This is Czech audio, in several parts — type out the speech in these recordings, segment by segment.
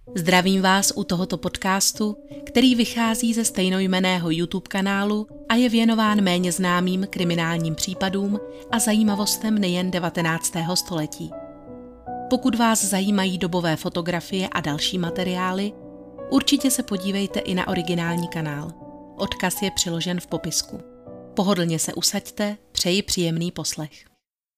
Zdravím vás u tohoto podcastu, který vychází ze stejnojmenného YouTube kanálu a je věnován méně známým kriminálním případům a zajímavostem nejen 19. století. Pokud vás zajímají dobové fotografie a další materiály, určitě se podívejte i na originální kanál. Odkaz je přiložen v popisku. Pohodlně se usaďte, přeji příjemný poslech.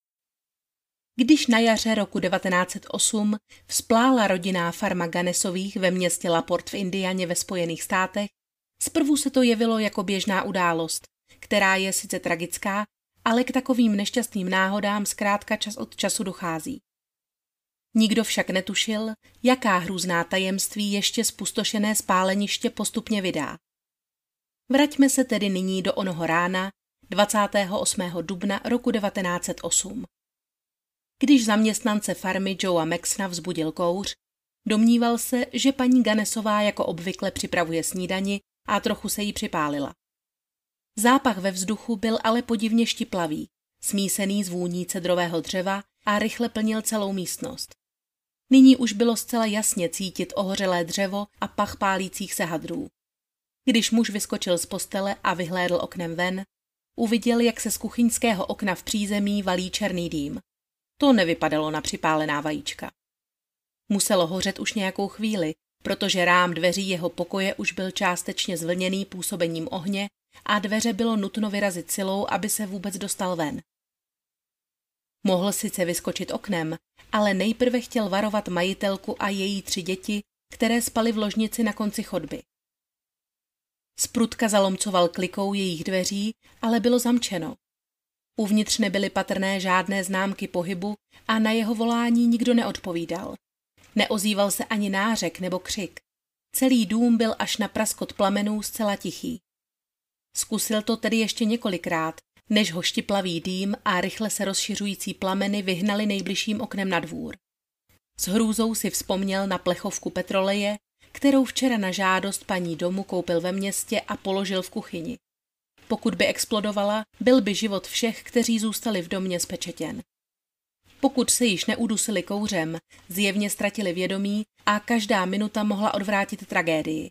Když na jaře roku 1908 vzplála rodinná farma Ganesových ve městě LaPorte v Indianě ve Spojených státech, zprvu se to jevilo jako běžná událost, která je sice tragická, ale k takovým nešťastným náhodám zkrátka čas od času dochází. Nikdo však netušil, jaká hrůzná tajemství ještě zpustošené spáleniště postupně vydá. Vraťme se tedy nyní do onoho rána 28. dubna roku 1908. Když zaměstnance farmy Joea Maxna vzbudil kouř, domníval se, že paní Ganesová jako obvykle připravuje snídani a trochu se jí připálila. Zápach ve vzduchu byl ale podivně štiplavý, smísený s vůní cedrového dřeva a rychle plnil celou místnost. Nyní už bylo zcela jasně cítit ohořelé dřevo a pach pálících se hadrů. Když muž vyskočil z postele a vyhlédl oknem ven, uviděl, jak se z kuchyňského okna v přízemí valí černý dým. To nevypadalo na připálená vajíčka. Muselo hořet už nějakou chvíli, protože rám dveří jeho pokoje už byl částečně zvlněný působením ohně a dveře bylo nutno vyrazit silou, aby se vůbec dostal ven. Mohl sice vyskočit oknem, ale nejprve chtěl varovat majitelku a její 3 děti, které spaly v ložnici na konci chodby. Zprudka zalomcoval klikou jejich dveří, ale bylo zamčeno. Uvnitř nebyly patrné žádné známky pohybu a na jeho volání nikdo neodpovídal. Neozýval se ani nářek nebo křik. Celý dům byl až na praskot plamenů zcela tichý. Zkusil to tedy ještě několikrát, než ho štiplavý dým a rychle se rozšiřující plameny vyhnali nejbližším oknem na dvůr. S hrůzou si vzpomněl na plechovku petroleje, kterou včera na žádost paní domu koupil ve městě a položil v kuchyni. Pokud by explodovala, byl by život všech, kteří zůstali v domě, spečetěn. Pokud se již neudusili kouřem, zjevně ztratili vědomí a každá minuta mohla odvrátit tragédii.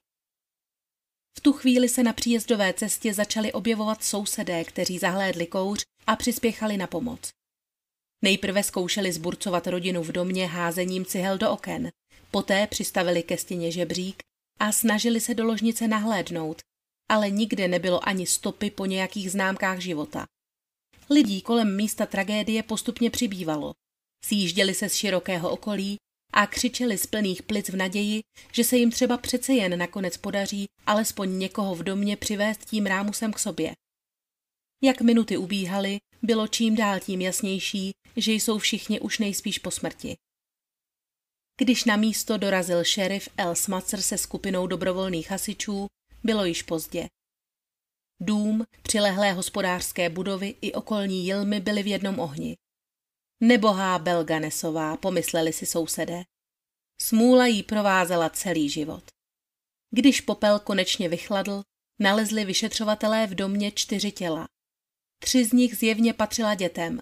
V tu chvíli se na příjezdové cestě začali objevovat sousedé, kteří zahlédli kouř a přispěchali na pomoc. Nejprve zkoušeli zburcovat rodinu v domě házením cihel do oken, poté přistavili ke stěně žebřík a snažili se do ložnice nahlédnout, ale nikde nebylo ani stopy po nějakých známkách života. Lidí kolem místa tragédie postupně přibývalo. Sjížděli se z širokého okolí a křičeli z plných plic v naději, že se jim třeba přece jen nakonec podaří alespoň někoho v domě přivést tím rámusem k sobě. Jak minuty ubíhaly, bylo čím dál tím jasnější, že jsou všichni už nejspíš po smrti. Když na místo dorazil šerif L. Smuts se skupinou dobrovolných hasičů, bylo již pozdě. Dům, přilehlé hospodářské budovy i okolní jilmy byly v jednom ohni. Nebohá Belle Ganesová, pomysleli si sousedé. Smůla jí provázela celý život. Když popel konečně vychladl, nalezli vyšetřovatelé v domě 4 těla. 3 z nich zjevně patřila dětem.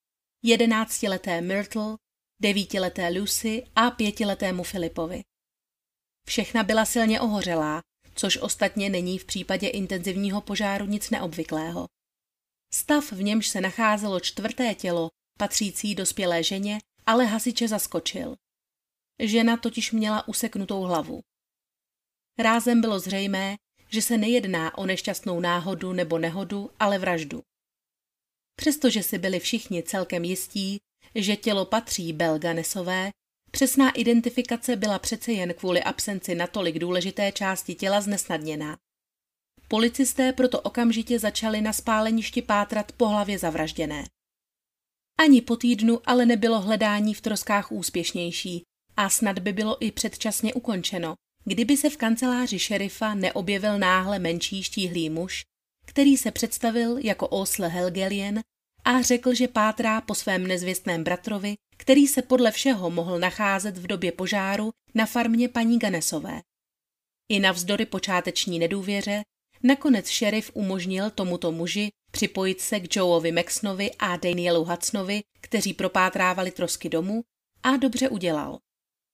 11leté Myrtle, 9leté Lucy a 5letému Filipovi. Všechna byla silně ohořelá, což ostatně není v případě intenzivního požáru nic neobvyklého. Stav, v němž se nacházelo 4. tělo, patřící dospělé ženě, ale hasiče zaskočil. Žena totiž měla useknutou hlavu. Rázem bylo zřejmé, že se nejedná o nešťastnou náhodu nebo nehodu, ale vraždu. Přestože si byli všichni celkem jistí, že tělo patří Belle Ganesové, přesná identifikace byla přece jen kvůli absenci natolik důležité části těla znesnadněná. Policisté proto okamžitě začali na spáleništi pátrat po hlavě zavražděné. Ani po týdnu ale nebylo hledání v troskách úspěšnější a snad by bylo i předčasně ukončeno, kdyby se v kanceláři šerifa neobjevil náhle menší štíhlý muž, který se představil jako Osle Helgelien a řekl, že pátrá po svém nezvěstném bratrovi, který se podle všeho mohl nacházet v době požáru na farmě paní Ganesové. I navzdory počáteční nedůvěře nakonec šerif umožnil tomuto muži připojit se k Joeovi Maxnovi a Danielu Hudsonovi, kteří propátrávali trosky domu, a dobře udělal.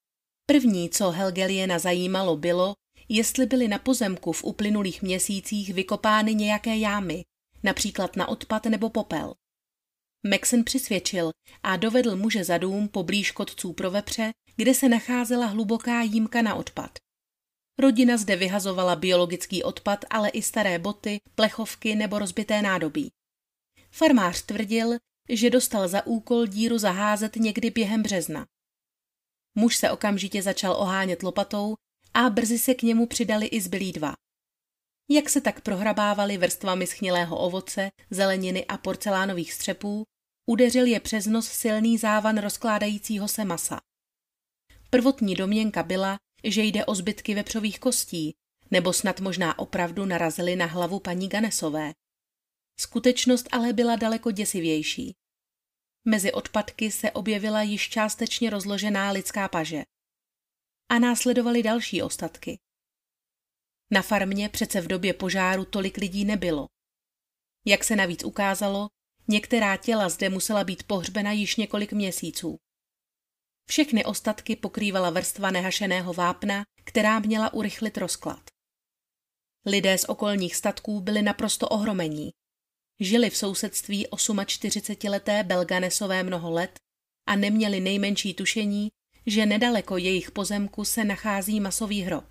První, co Helgeliena zajímalo, bylo, jestli byly na pozemku v uplynulých měsících vykopány nějaké jámy, například na odpad nebo popel. Maxon přisvědčil a dovedl muže za dům poblíž kotců pro vepře, kde se nacházela hluboká jímka na odpad. Rodina zde vyhazovala biologický odpad, ale i staré boty, plechovky nebo rozbité nádobí. Farmář tvrdil, že dostal za úkol díru zaházet někdy během března. Muž se okamžitě začal ohánět lopatou a brzy se k němu přidali i zbylí dva. Jak se tak prohrabávali vrstvami schnilého ovoce, zeleniny a porcelánových střepů, udeřil je přes nos silný závan rozkládajícího se masa. Prvotní domněnka byla, že jde o zbytky vepřových kostí, nebo snad možná opravdu narazili na hlavu paní Ganesové. Skutečnost ale byla daleko děsivější. Mezi odpadky se objevila již částečně rozložená lidská paže. A následovaly další ostatky. Na farmě přece v době požáru tolik lidí nebylo. Jak se navíc ukázalo, některá těla zde musela být pohřbena již několik měsíců. Všechny ostatky pokrývala vrstva nehašeného vápna, která měla urychlit rozklad. Lidé z okolních statků byli naprosto ohromení. Žili v sousedství 48leté Belganesové mnoho let a neměli nejmenší tušení, že nedaleko jejich pozemku se nachází masový hrob.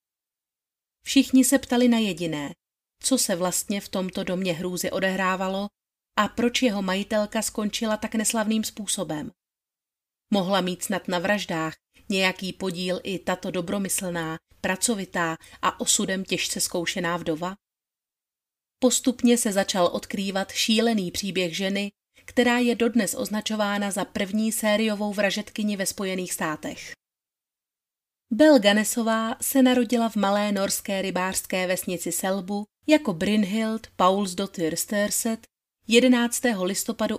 Všichni se ptali na jediné, co se vlastně v tomto domě hrůzy odehrávalo a proč jeho majitelka skončila tak neslavným způsobem. Mohla mít snad na vraždách nějaký podíl i tato dobromyslná, pracovitá a osudem těžce zkoušená vdova? Postupně se začal odkrývat šílený příběh ženy, která je dodnes označována za první sériovou vražedkyni ve Spojených státech. Belle Ganesová se narodila v malé norské rybářské vesnici Selbu jako Brynhild Paulsdottir Størset 11. listopadu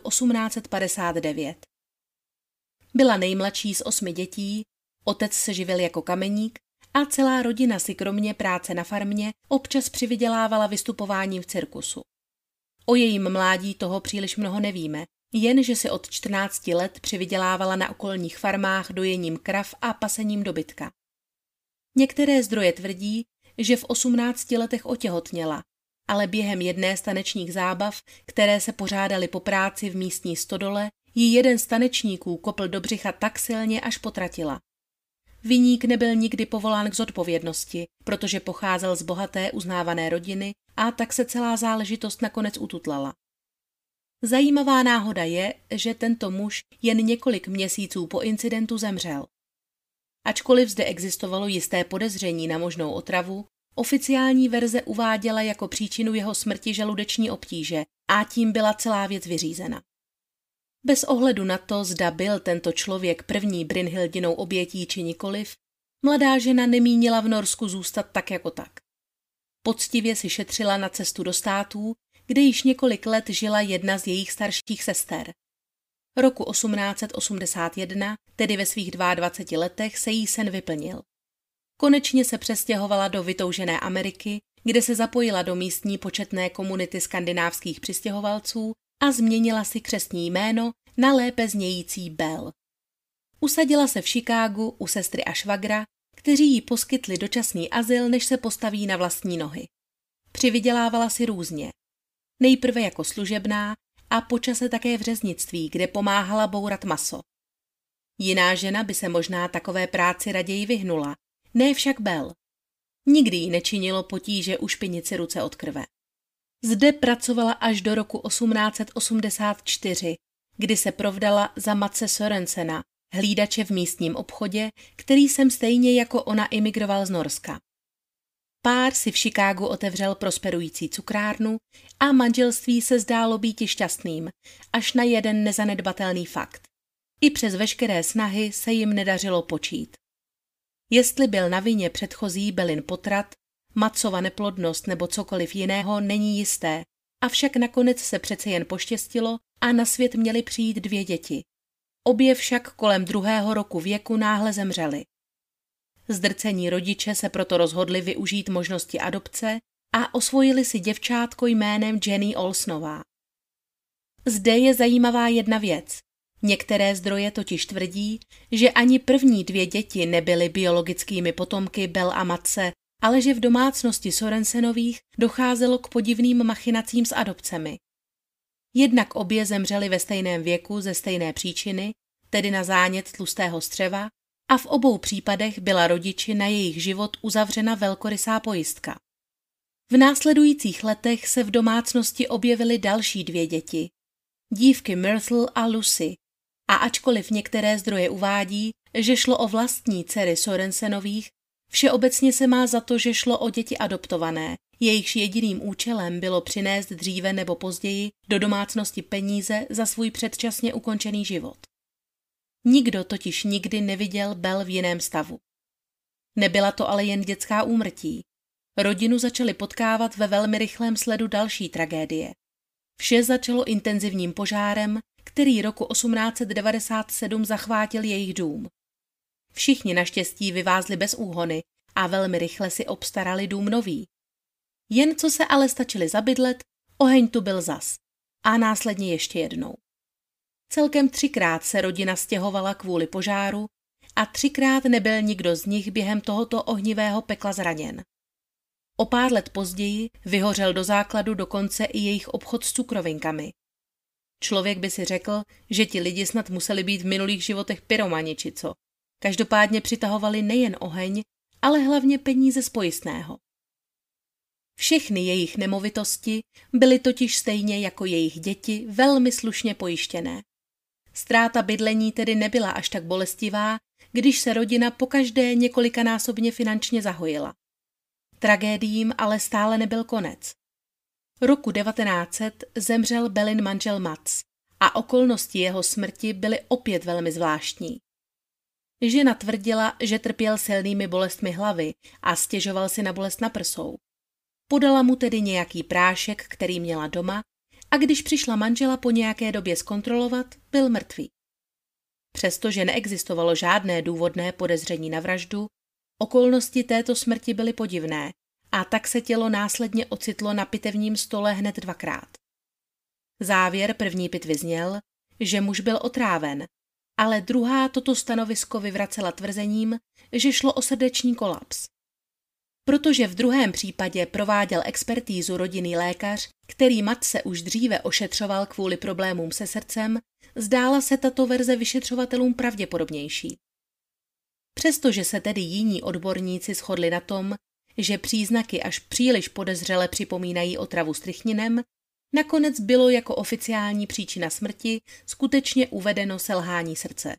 1859. Byla nejmladší z 8 dětí, otec se živil jako kameník a celá rodina si kromě práce na farmě občas přivydělávala vystupováním v cirkusu. O jejím mládí toho příliš mnoho nevíme, jen že si od 14 let přivydělávala na okolních farmách dojením krav a pasením dobytka. Některé zdroje tvrdí, že v 18 letech otěhotněla, ale během jedné z tanečních zábav, které se pořádaly po práci v místní stodole, jí jeden z tanečníků kopl do břicha tak silně, až potratila. Viník nebyl nikdy povolán k zodpovědnosti, protože pocházel z bohaté uznávané rodiny a tak se celá záležitost nakonec ututlala. Zajímavá náhoda je, že tento muž jen několik měsíců po incidentu zemřel. Ačkoliv zde existovalo jisté podezření na možnou otravu, oficiální verze uváděla jako příčinu jeho smrti žaludeční obtíže a tím byla celá věc vyřízena. Bez ohledu na to, zda byl tento člověk první Brynhildinou obětí či nikoliv, mladá žena nemínila v Norsku zůstat tak jako tak. Poctivě si šetřila na cestu do států, kde již několik let žila jedna z jejich starších sester. Roku 1881, tedy ve svých 22 letech, se jí sen vyplnil. Konečně se přestěhovala do vytoužené Ameriky, kde se zapojila do místní početné komunity skandinávských přistěhovalců a změnila si křestní jméno na lépe znějící Belle. Usadila se v Chicagu u sestry a švagra, kteří jí poskytli dočasný azyl, než se postaví na vlastní nohy. Přivydělávala si různě. Nejprve jako služebná a po čase také v řeznictví, kde pomáhala bourat maso. Jiná žena by se možná takové práci raději vyhnula, ne však Belle. Nikdy jí nečinilo potíže ušpinit si ruce od krve. Zde pracovala až do roku 1884, kdy se provdala za Matse Sørensena, hlídače v místním obchodě, který sem stejně jako ona imigroval z Norska. Pár si v Chicagu otevřel prosperující cukrárnu a manželství se zdálo býti šťastným, až na jeden nezanedbatelný fakt. I přes veškeré snahy se jim nedařilo počít. Jestli byl na vině předchozí Bellin potrat, Matsova neplodnost nebo cokoliv jiného není jisté, avšak nakonec se přece jen poštěstilo a na svět měly přijít 2 děti. Obě však kolem 2. roku věku náhle zemřely. Zdrcení rodiče se proto rozhodli využít možnosti adopce a osvojili si děvčátko jménem Jenny Olsonová. Zde je zajímavá jedna věc. Některé zdroje totiž tvrdí, že ani první 2 děti nebyly biologickými potomky Bell a matce, ale že v domácnosti Sorensenových docházelo k podivným machinacím s adopcemi. Jednak obě zemřely ve stejném věku ze stejné příčiny, tedy na zánět tlustého střeva, a v obou případech byla rodiči na jejich život uzavřena velkorysá pojistka. V následujících letech se v domácnosti objevily další 2 děti, dívky Myrtle a Lucy, a ačkoliv některé zdroje uvádí, že šlo o vlastní dcery Sorensenových, všeobecně se má za to, že šlo o děti adoptované, jejichž jediným účelem bylo přinést dříve nebo později do domácnosti peníze za svůj předčasně ukončený život. Nikdo totiž nikdy neviděl Bell v jiném stavu. Nebyla to ale jen dětská úmrtí. Rodinu začaly potkávat ve velmi rychlém sledu další tragédie. Vše začalo intenzivním požárem, který roku 1897 zachvátil jejich dům. Všichni naštěstí vyvázli bez úhony a velmi rychle si obstarali dům nový. Jen co se ale stačili zabydlet, oheň tu byl zas. A následně ještě jednou. Celkem 3krát se rodina stěhovala kvůli požáru a 3krát nebyl nikdo z nich během tohoto ohnivého pekla zraněn. O pár let později vyhořel do základu dokonce i jejich obchod s cukrovinkami. Člověk by si řekl, že ti lidi snad museli být v minulých životech pyromani či co. Každopádně přitahovali nejen oheň, ale hlavně peníze z pojistného. Všechny jejich nemovitosti byly totiž stejně jako jejich děti velmi slušně pojištěné. Ztráta bydlení tedy nebyla až tak bolestivá, když se rodina pokaždé několikanásobně finančně zahojila. Tragédiím ale stále nebyl konec. Roku 1900 zemřel Bellin manžel Mats a okolnosti jeho smrti byly opět velmi zvláštní. Žena tvrdila, že trpěl silnými bolestmi hlavy a stěžoval si na bolest na prsou. Podala mu tedy nějaký prášek, který měla doma, a když přišla manžela po nějaké době zkontrolovat, byl mrtvý. Přestože neexistovalo žádné důvodné podezření na vraždu, okolnosti této smrti byly podivné a tak se tělo následně ocitlo na pitevním stole hned 2krát. Závěr první pitvy zněl, že muž byl otráven, ale druhá toto stanovisko vyvracela tvrzením, že šlo o srdeční kolaps. Protože v druhém případě prováděl expertízu rodinný lékař, který matce už dříve ošetřoval kvůli problémům se srdcem, zdála se tato verze vyšetřovatelům pravděpodobnější. Přestože se tedy jiní odborníci shodli na tom, že příznaky až příliš podezřele připomínají otravu strychninem, nakonec bylo jako oficiální příčina smrti skutečně uvedeno selhání srdce.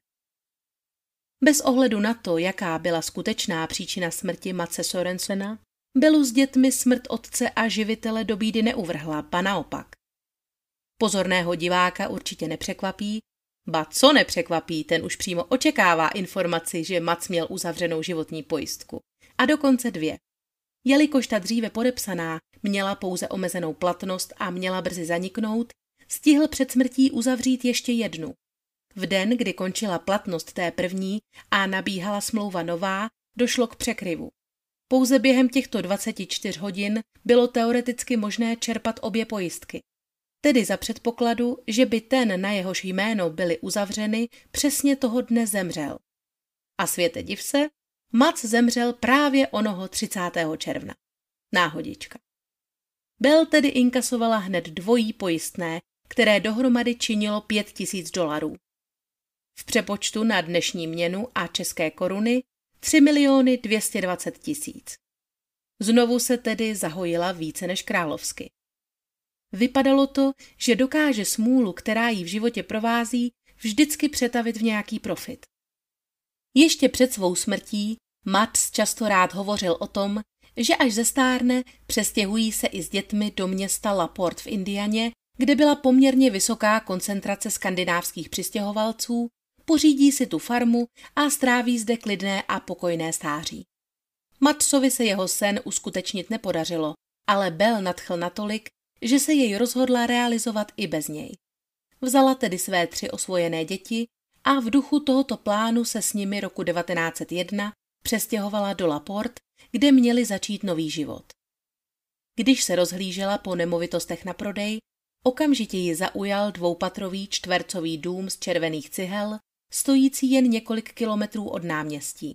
Bez ohledu na to, jaká byla skutečná příčina smrti matce Sorensena, Bellu s dětmi smrt otce a živitele do bídy neuvrhla, ba naopak. Pozorného diváka určitě nepřekvapí, ba co nepřekvapí, ten už přímo očekává informaci, že Mats měl uzavřenou životní pojistku. A dokonce 2. Jelikož ta dříve podepsaná měla pouze omezenou platnost a měla brzy zaniknout, stihl před smrtí uzavřít ještě jednu. V den, kdy končila platnost té první a nabíhala smlouva nová, došlo k překryvu. Pouze během těchto 24 hodin bylo teoreticky možné čerpat obě pojistky. Tedy za předpokladu, že by ten, na jehož jméno byly uzavřeny, přesně toho dne zemřel. A světe div se, Mats zemřel právě onoho 30. června. Náhodička. Bell tedy inkasovala hned dvojí pojistné, které dohromady činilo $5,000. V přepočtu na dnešní měnu a české koruny 3 220 000. Znovu se tedy zahojila více než královsky. Vypadalo to, že dokáže smůlu, která jí v životě provází, vždycky přetavit v nějaký profit. Ještě před svou smrtí Mats často rád hovořil o tom, že až zestárne, přestěhují se i s dětmi do města Laporte v Indianě, kde byla poměrně vysoká koncentrace skandinávských přistěhovalců, pořídí si tu farmu a stráví zde klidné a pokojné stáří. Matsovi se jeho sen uskutečnit nepodařilo, ale Bell nadchl natolik, že se jej rozhodla realizovat i bez něj. Vzala tedy své 3 osvojené děti a v duchu tohoto plánu se s nimi roku 1901 přestěhovala do Laporte, kde měli začít nový život. Když se rozhlížela po nemovitostech na prodej, Okamžitě ji zaujal dvoupatrový čtvercový dům z červených cihel, stojící jen několik kilometrů od náměstí.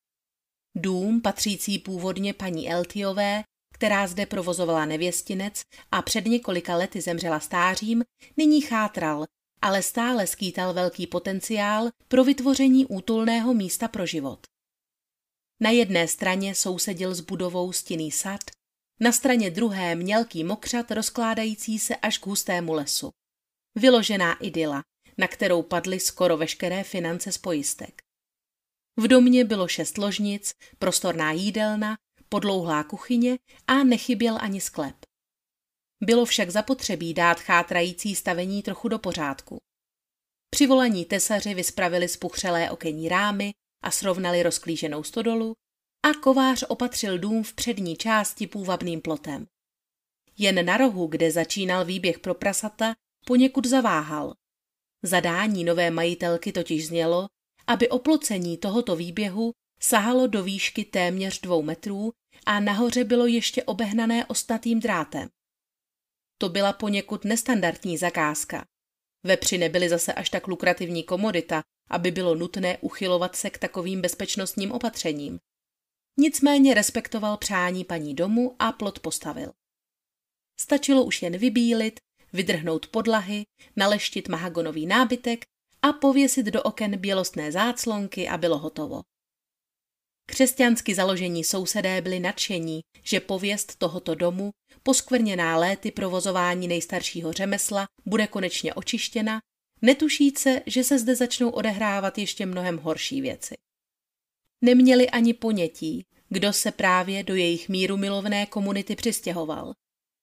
Dům, patřící původně paní Eltiové, která zde provozovala nevěstinec a před několika lety zemřela stářím, nyní chátral, ale stále skýtal velký potenciál pro vytvoření útulného místa pro život. Na jedné straně sousedil s budovou stinný sad, na straně druhé mělký mokřad rozkládající se až k hustému lesu. Vyložená idyla, na kterou padly skoro veškeré finance z pojistek. V domě bylo 6 ložnic, prostorná jídelna, podlouhlá kuchyně a nechyběl ani sklep. Bylo však zapotřebí dát chátrající stavení trochu do pořádku. Přivolaní tesaři vyspravili spuchřelé okenní rámy a srovnali rozklíženou stodolu a kovář opatřil dům v přední části půvabným plotem. Jen na rohu, kde začínal výběh pro prasata, poněkud zaváhal. Zadání nové majitelky totiž znělo, aby oplocení tohoto výběhu sahalo do výšky téměř 2 metrů a nahoře bylo ještě obehnané ostnatým drátem. To byla poněkud nestandardní zakázka. Vepři nebyly zase až tak lukrativní komodita, aby bylo nutné uchylovat se k takovým bezpečnostním opatřením. Nicméně respektoval přání paní domu a plot postavil. Stačilo už jen vybílit, vydrhnout podlahy, naleštit mahagonový nábytek a pověsit do oken bělostné záclonky a bylo hotovo. Křesťansky založení sousedé byli nadšení, že pověst tohoto domu, poskvrněná léty provozování nejstaršího řemesla, bude konečně očištěna, netušíce, že se zde začnou odehrávat ještě mnohem horší věci. Neměli ani ponětí, kdo se právě do jejich mírumilovné komunity přistěhoval.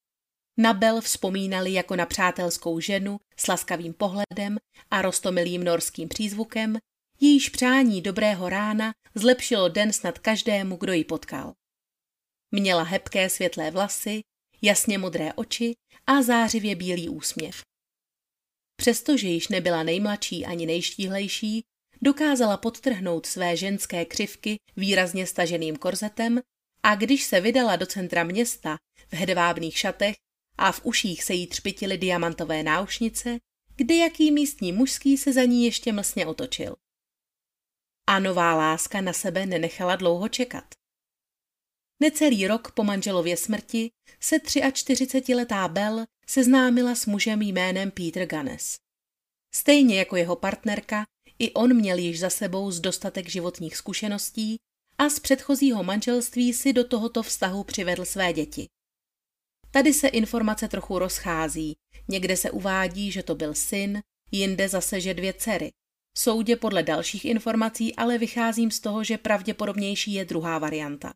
Na Bel vzpomínali jako na přátelskou ženu s laskavým pohledem a roztomilým norským přízvukem, jejíž přání dobrého rána zlepšilo den snad každému, kdo ji potkal. Měla hebké světlé vlasy, jasně modré oči a zářivě bílý úsměv. Přestože již nebyla nejmladší ani nejštíhlejší, dokázala podtrhnout své ženské křivky výrazně staženým korzetem a když se vydala do centra města v hedvábných šatech a v uších se jí třpytily diamantové náušnice, kdejaký místní mužský se za ní ještě mlsně otočil. A nová láska na sebe nenechala dlouho čekat. Necelý rok po manželově smrti se 43letá Bel seznámila s mužem jménem Peter Gunness. Stejně jako jeho partnerka, i on měl již za sebou dostatek životních zkušeností a z předchozího manželství si do tohoto vztahu přivedl své děti. Tady se informace trochu rozchází, někde se uvádí, že to byl syn, jinde zase, že 2 dcery. V soudě podle dalších informací ale vycházím z toho, že pravděpodobnější je druhá varianta.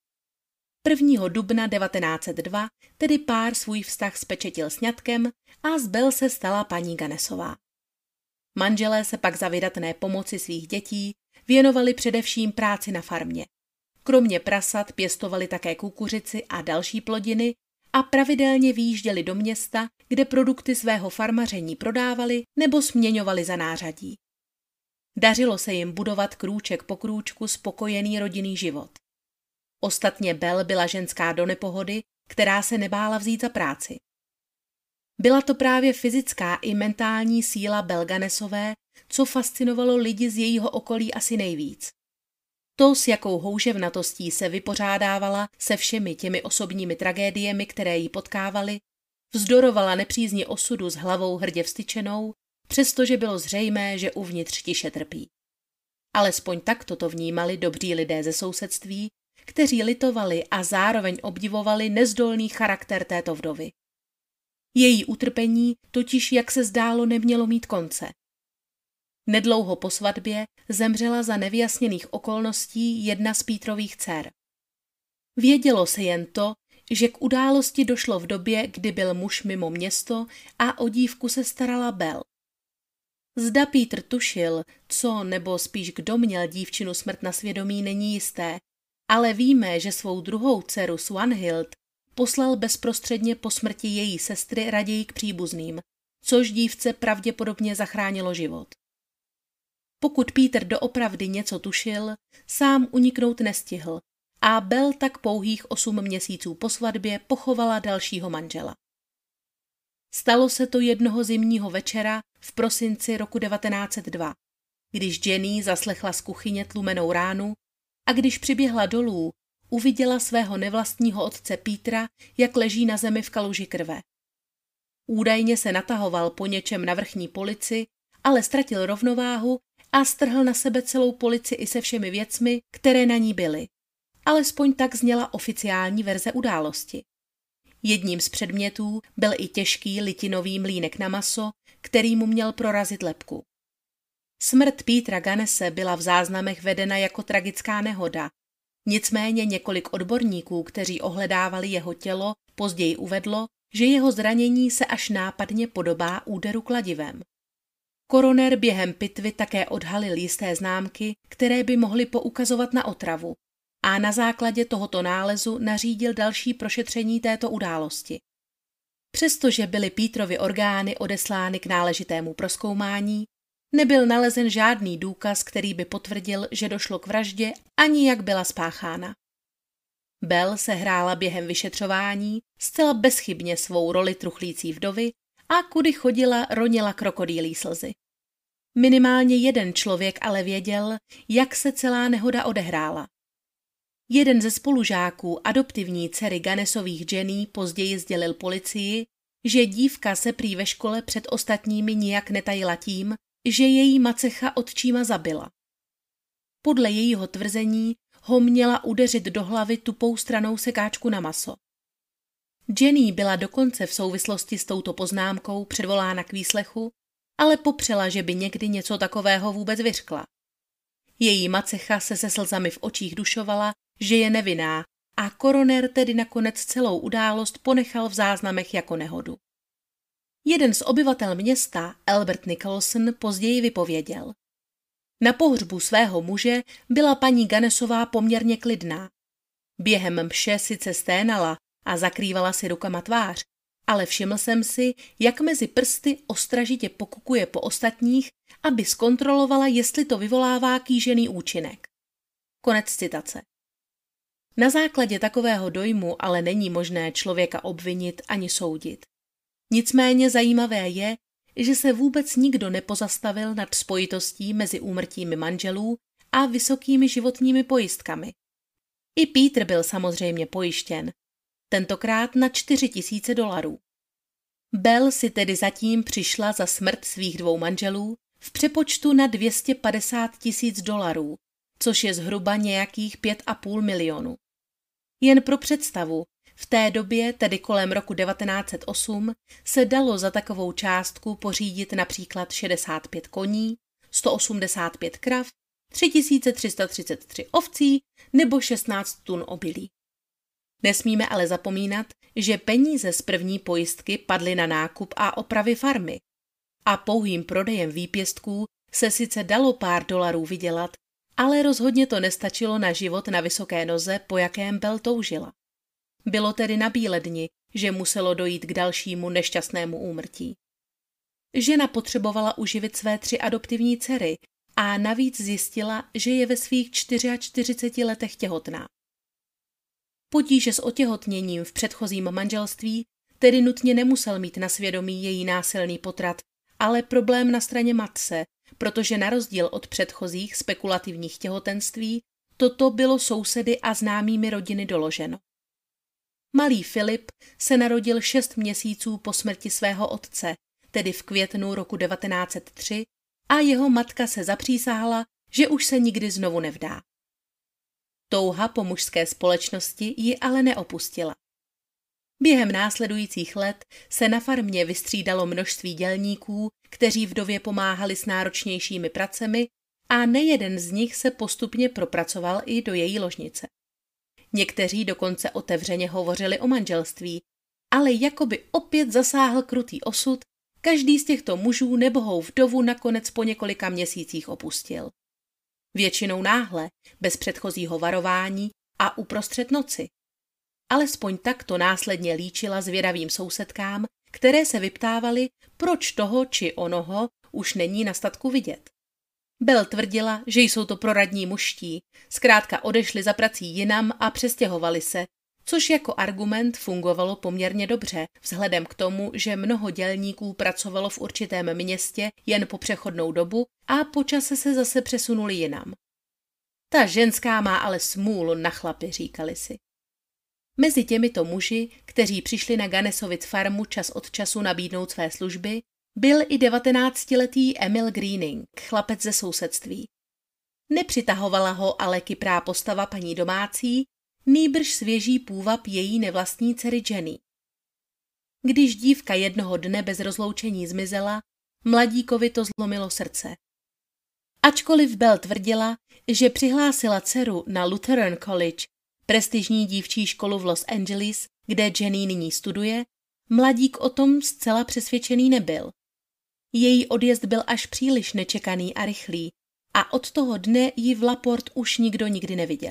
1. dubna 1902 tedy pár svůj vztah spečetil sňatkem a z Bel se stala paní Gunnessová. Manželé se pak za vydatné pomoci svých dětí věnovali především práci na farmě. Kromě prasat pěstovali také kukuřici a další plodiny a pravidelně vyjížděli do města, kde produkty svého farmaření prodávali nebo směňovali za nářadí. Dařilo se jim budovat krůček po krůčku spokojený rodinný život. Ostatně Bel byla ženská do nepohody, která se nebála vzít za práci. Byla to právě fyzická i mentální síla Bel Gunnessové, co fascinovalo lidi z jejího okolí asi nejvíc. To, s jakou houževnatostí se vypořádávala se všemi těmi osobními tragédiemi, které jí potkávaly, vzdorovala nepřízni osudu s hlavou hrdě vztyčenou, přestože bylo zřejmé, že uvnitř tiše trpí. Alespoň takto to vnímali dobří lidé ze sousedství, kteří litovali a zároveň obdivovali nezdolný charakter této vdovy. Její utrpení totiž, jak se zdálo, nemělo mít konce. Nedlouho po svatbě zemřela za nevyjasněných okolností jedna z Petrových dcer. Vědělo se jen to, že k události došlo v době, kdy byl muž mimo město a o dívku se starala Bel. Zda Peter tušil, co nebo spíš kdo měl dívčinu smrt na svědomí, není jisté, ale víme, že svou druhou dceru Swanhild poslal bezprostředně po smrti její sestry raději k příbuzným, což dívce pravděpodobně zachránilo život. Pokud Peter doopravdy něco tušil, sám uniknout nestihl a Bel tak pouhých 8 měsíců po svatbě pochovala dalšího manžela. Stalo se to jednoho zimního večera v prosinci roku 1902, když Jenny zaslechla z kuchyně tlumenou ránu a když přiběhla dolů, uviděla svého nevlastního otce Petera, jak leží na zemi v kaluži krve. Údajně se natahoval po něčem na vrchní polici, ale ztratil rovnováhu a strhl na sebe celou polici i se všemi věcmi, které na ní byly. Alespoň tak zněla oficiální verze události. Jedním z předmětů byl i těžký litinový mlýnek na maso, který mu měl prorazit lebku. Smrt Petera Gunnesse byla v záznamech vedena jako tragická nehoda, nicméně několik odborníků, kteří ohledávali jeho tělo, později uvedlo, že jeho zranění se až nápadně podobá úderu kladivem. Koroner během pitvy také odhalil jisté známky, které by mohly poukazovat na otravu, a na základě tohoto nálezu nařídil další prošetření této události. Přestože byly Peterovy orgány odeslány k náležitému prozkoumání, nebyl nalezen žádný důkaz, který by potvrdil, že došlo k vraždě ani jak byla spáchána. Bell sehrála během vyšetřování zcela bezchybně svou roli truchlící vdovy a kudy chodila, ronila krokodýlí slzy. Minimálně jeden člověk ale věděl, jak se celá nehoda odehrála. Jeden ze spolužáků adoptivní dcery Gunnessových Jenny později sdělil policii, že dívka se prý ve škole před ostatními nijak netajila tím, že její macecha otčíma zabila. Podle jejího tvrzení ho měla udeřit do hlavy tupou stranou sekáčku na maso. Jenny byla dokonce v souvislosti s touto poznámkou předvolána k výslechu, ale popřela, že by někdy něco takového vůbec vyřkla. Její macecha se slzami v očích dušovala, že je nevinná, a koroner tedy nakonec celou událost ponechal v záznamech jako nehodu. Jeden z obyvatel města, Albert Nicholson, později vypověděl. Na pohřbu svého muže byla paní Gunnessová poměrně klidná. Během mše sice sténala a zakrývala si rukama tvář, ale všiml jsem si, jak mezi prsty ostražitě pokukuje po ostatních, aby zkontrolovala, jestli to vyvolává kýžený účinek. Konec citace. Na základě takového dojmu ale není možné člověka obvinit ani soudit. Nicméně zajímavé je, že se vůbec nikdo nepozastavil nad spojitostí mezi úmrtími manželů a vysokými životními pojistkami. I Peter byl samozřejmě pojištěn, tentokrát na $4,000. Bell si tedy zatím přišla za smrt svých dvou manželů v přepočtu na $250,000, což je zhruba nějakých 5,5 milionu. Jen pro představu, v té době, tedy kolem roku 1908, se dalo za takovou částku pořídit například 65 koní, 185 krav, 3333 ovcí nebo 16 tun obilí. Nesmíme ale zapomínat, že peníze z první pojistky padly na nákup a opravy farmy a pouhým prodejem výpěstků se sice dalo pár dolarů vydělat, ale rozhodně to nestačilo na život na vysoké noze, po jakém Bell toužila. Bylo tedy nabíledni, že muselo dojít k dalšímu nešťastnému úmrtí. Žena potřebovala uživit své 3 adoptivní dcery a navíc zjistila, že je ve svých 44 letech těhotná. Potíže s otěhotněním v předchozím manželství tedy nutně nemusel mít na svědomí její násilný potrat, ale problém na straně matce, protože na rozdíl od předchozích spekulativních těhotenství, toto bylo sousedy a známými rodiny doloženo. Malý Filip se narodil 6 měsíců po smrti svého otce, tedy v květnu roku 1903, a jeho matka se zapřísáhla, že už se nikdy znovu nevdá. Touha po mužské společnosti ji ale neopustila. Během následujících let se na farmě vystřídalo množství dělníků, kteří vdově pomáhali s náročnějšími pracemi a nejeden z nich se postupně propracoval i do její ložnice. Někteří dokonce otevřeně hovořili o manželství, ale jakoby opět zasáhl krutý osud, každý z těchto mužů nebohou vdovu nakonec po několika měsících opustil. Většinou náhle, bez předchozího varování a uprostřed noci. Alespoň tak to následně líčila zvědavým sousedkám, které se vyptávaly, proč toho či onoho už není na statku vidět. Bell tvrdila, že jsou to proradní mužští, zkrátka odešli za prací jinam a přestěhovali se, což jako argument fungovalo poměrně dobře, vzhledem k tomu, že mnoho dělníků pracovalo v určitém městě jen po přechodnou dobu a po čase se zase přesunuli jinam. Ta ženská má ale smůlu na chlapy, říkali si. Mezi těmito muži, kteří přišli na Gannesovic farmu čas od času nabídnout své služby, byl i 19letý Emil Greening, chlapec ze sousedství. Nepřitahovala ho ale kyprá postava paní domácí, nýbrž svěží půvab její nevlastní dcery Jenny. Když dívka jednoho dne bez rozloučení zmizela, mladíkovi to zlomilo srdce. Ačkoliv Belle tvrdila, že přihlásila dceru na Lutheran College, prestižní dívčí školu v Los Angeles, kde Jenny nyní studuje, mladík o tom zcela přesvědčený nebyl. Její odjezd byl až příliš nečekaný a rychlý a od toho dne ji v Laporte už nikdo nikdy neviděl.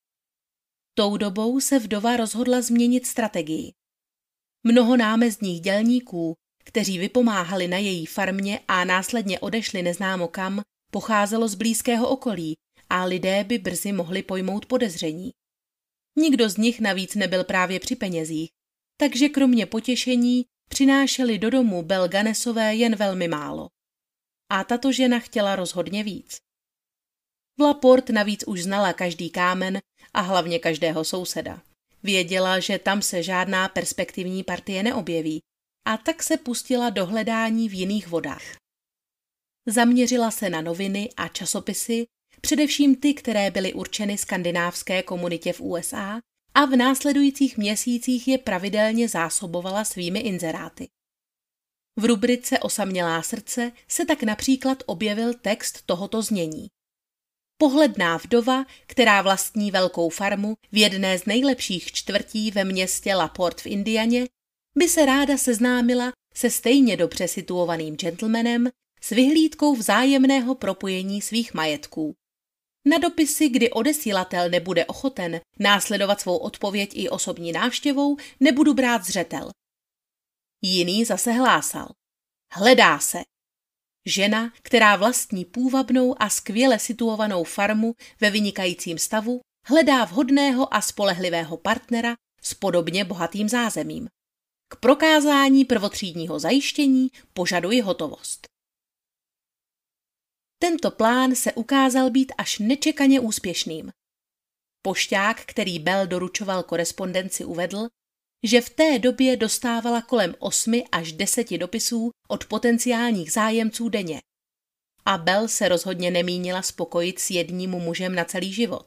Tou dobou se vdova rozhodla změnit strategii. Mnoho námezdních dělníků, kteří vypomáhali na její farmě a následně odešli neznámo kam, pocházelo z blízkého okolí a lidé by brzy mohli pojmout podezření. Nikdo z nich navíc nebyl právě při penězích, takže kromě potěšení přinášeli do domu Belle Gannesové jen velmi málo. A tato žena chtěla rozhodně víc. V Laporte navíc už znala každý kámen a hlavně každého souseda. Věděla, že tam se žádná perspektivní partie neobjeví, a tak se pustila do hledání v jiných vodách. Zaměřila se na noviny a časopisy, především ty, které byly určeny skandinávské komunitě v USA, a v následujících měsících je pravidelně zásobovala svými inzeráty. V rubrice Osamělá srdce se tak například objevil text tohoto znění. Pohledná vdova, která vlastní velkou farmu v jedné z nejlepších čtvrtí ve městě Laporte v Indianě, by se ráda seznámila se stejně dobře situovaným gentlemanem s vyhlídkou vzájemného propojení svých majetků. Na dopisy, kdy odesílatel nebude ochoten následovat svou odpověď i osobní návštěvou, nebudu brát zřetel. Jiný zase hlásal. Hledá se. Žena, která vlastní půvabnou a skvěle situovanou farmu ve vynikajícím stavu, hledá vhodného a spolehlivého partnera s podobně bohatým zázemím. K prokázání prvotřídního zajištění požaduji hotovost. Tento plán se ukázal být až nečekaně úspěšným. Pošťák, který Belle doručoval korespondenci, uvedl, že v té době dostávala kolem 8 až 10 dopisů od potenciálních zájemců denně. A Belle se rozhodně nemínila spokojit s jedním mužem na celý život.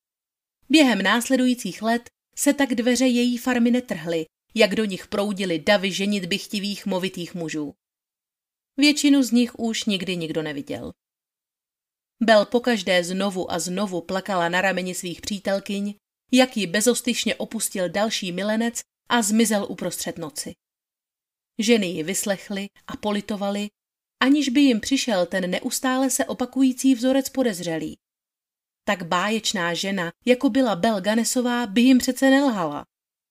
Během následujících let se tak dveře její farmy netrhly, jak do nich proudily davy ženitbychtivých movitých mužů. Většinu z nich už nikdy nikdo neviděl. Belle pokaždé znovu a znovu plakala na rameni svých přítelkyň, jak ji bezostyšně opustil další milenec a zmizel uprostřed noci. Ženy ji vyslechly a politovali, aniž by jim přišel ten neustále se opakující vzorec podezřelý. Tak báječná žena, jako byla Belle Gannessová, by jim přece nelhala.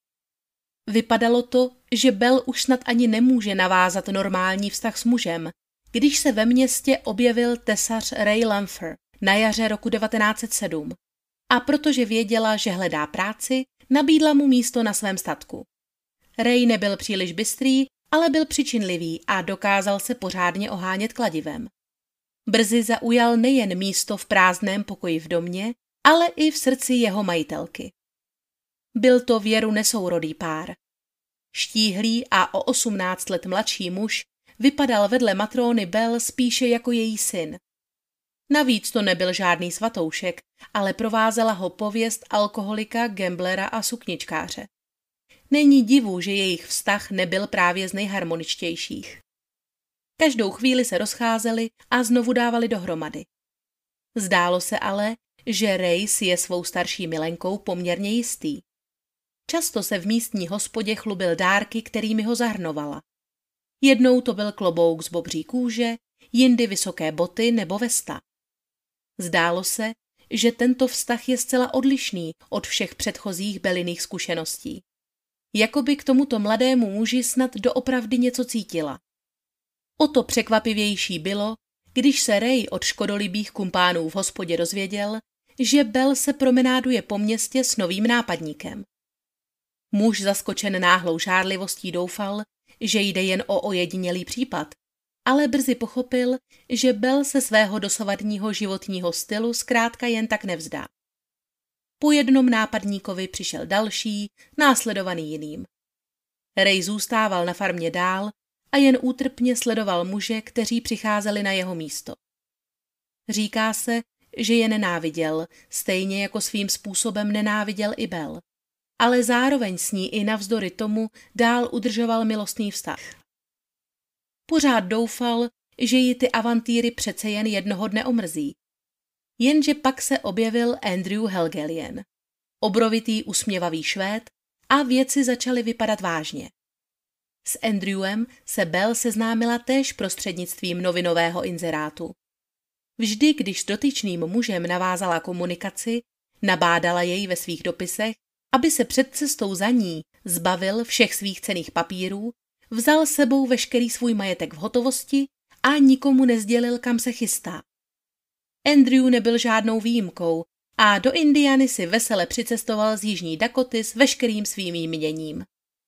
Vypadalo to, že Belle už snad ani nemůže navázat normální vztah s mužem, když se ve městě objevil tesař Ray Lampher na jaře roku 1907. A protože věděla, že hledá práci, nabídla mu místo na svém statku. Ray nebyl příliš bystrý, ale byl přičinlivý a dokázal se pořádně ohánět kladivem. Brzy zaujal nejen místo v prázdném pokoji v domě, ale i v srdci jeho majitelky. Byl to věru nesourodý pár. Štíhlý a o 18 let mladší muž vypadal vedle matróny Belle spíše jako její syn. Navíc to nebyl žádný svatoušek, ale provázela ho pověst alkoholika, gamblera a sukničkáře. Není divu, že jejich vztah nebyl právě z nejharmoničtějších. Každou chvíli se rozcházeli a znovu dávali dohromady. Zdálo se ale, že Ray si je svou starší milenkou poměrně jistý. Často se v místní hospodě chlubil dárky, kterými ho zahrnovala. Jednou to byl klobouk z bobří kůže, jindy vysoké boty nebo vesta. Zdálo se, že tento vztah je zcela odlišný od všech předchozích Belliných zkušeností. Jakoby k tomuto mladému muži snad doopravdy něco cítila. O to překvapivější bylo, když se Ray od škodolibých kumpánů v hospodě dozvěděl, že Belle se promenáduje po městě s novým nápadníkem. Muž zaskočen náhlou žárlivostí doufal, že jde jen o ojedinělý případ, ale brzy pochopil, že Bell se svého dosavadního životního stylu zkrátka jen tak nevzdá. Po jednom nápadníkovi přišel další, následovaný jiným. Ray zůstával na farmě dál a jen útrpně sledoval muže, kteří přicházeli na jeho místo. Říká se, že je nenáviděl, stejně jako svým způsobem nenáviděl i Bell, ale zároveň s ní i navzdory tomu dál udržoval milostný vztah. Pořád doufal, že ji ty avantýry přece jen jednoho dne omrzí. Jenže pak se objevil Andrew Helgelien, obrovitý usměvavý Švéd, a věci začaly vypadat vážně. S Andrewem se Bell seznámila též prostřednictvím novinového inzerátu. Vždy, když s dotyčným mužem navázala komunikaci, nabádala jej ve svých dopisech, aby se před cestou za ní zbavil všech svých cenných papírů, vzal s sebou veškerý svůj majetek v hotovosti a nikomu nesdělil, kam se chystá. Andrew nebyl žádnou výjimkou a do Indiany si vesele přicestoval z Jižní Dakoty s veškerým svým jměním.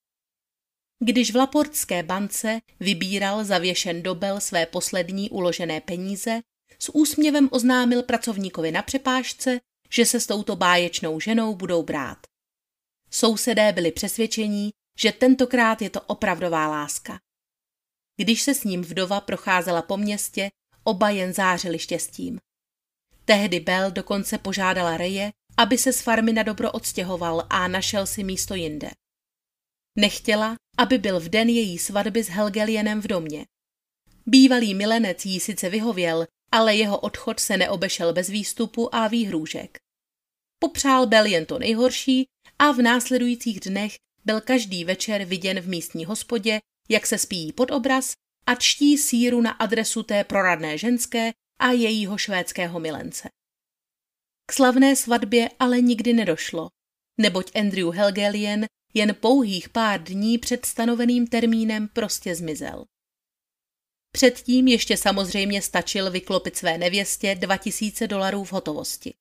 Když v Laportské bance vybíral zavěšen do Bell své poslední uložené peníze, s úsměvem oznámil pracovníkovi na přepážce, že se s touto báječnou ženou budou brát. Sousedé byli přesvědčení, že tentokrát je to opravdová láska. Když se s ním vdova procházela po městě, oba jen zářili štěstím. Tehdy Bell dokonce požádala Raye, aby se z farmy nadobro odstěhoval a našel si místo jinde. Nechtěla, aby byl v den její svatby s Helgelienem v domě. Bývalý milenec jí sice vyhověl, ale jeho odchod se neobešel bez výstupu a výhrůžek. Popřál Bell jen to nejhorší a v následujících dnech byl každý večer viděn v místní hospodě, jak se spíjí pod obraz a čtí sýru na adresu té proradné ženské a jejího švédského milence. K slavné svatbě ale nikdy nedošlo, neboť Andrew Helgelien jen pouhých pár dní před stanoveným termínem prostě zmizel. Předtím ještě samozřejmě stačil vyklopit své nevěstě $2000 v hotovosti.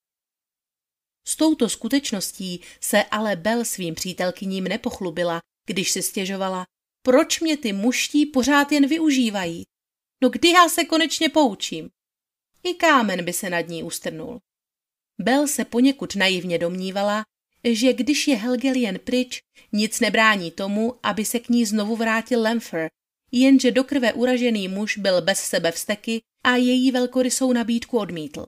S touto skutečností se ale Bell svým přítelkyním nepochlubila, když si stěžovala, proč mě ty muští pořád jen využívají. No kdy já se konečně poučím? I kámen by se nad ní ustrnul. Bell se poněkud naivně domnívala, že když je Helgelien pryč, nic nebrání tomu, aby se k ní znovu vrátil Lampher, jenže do krve uražený muž byl bez sebevsteky a její velkorysou nabídku odmítl.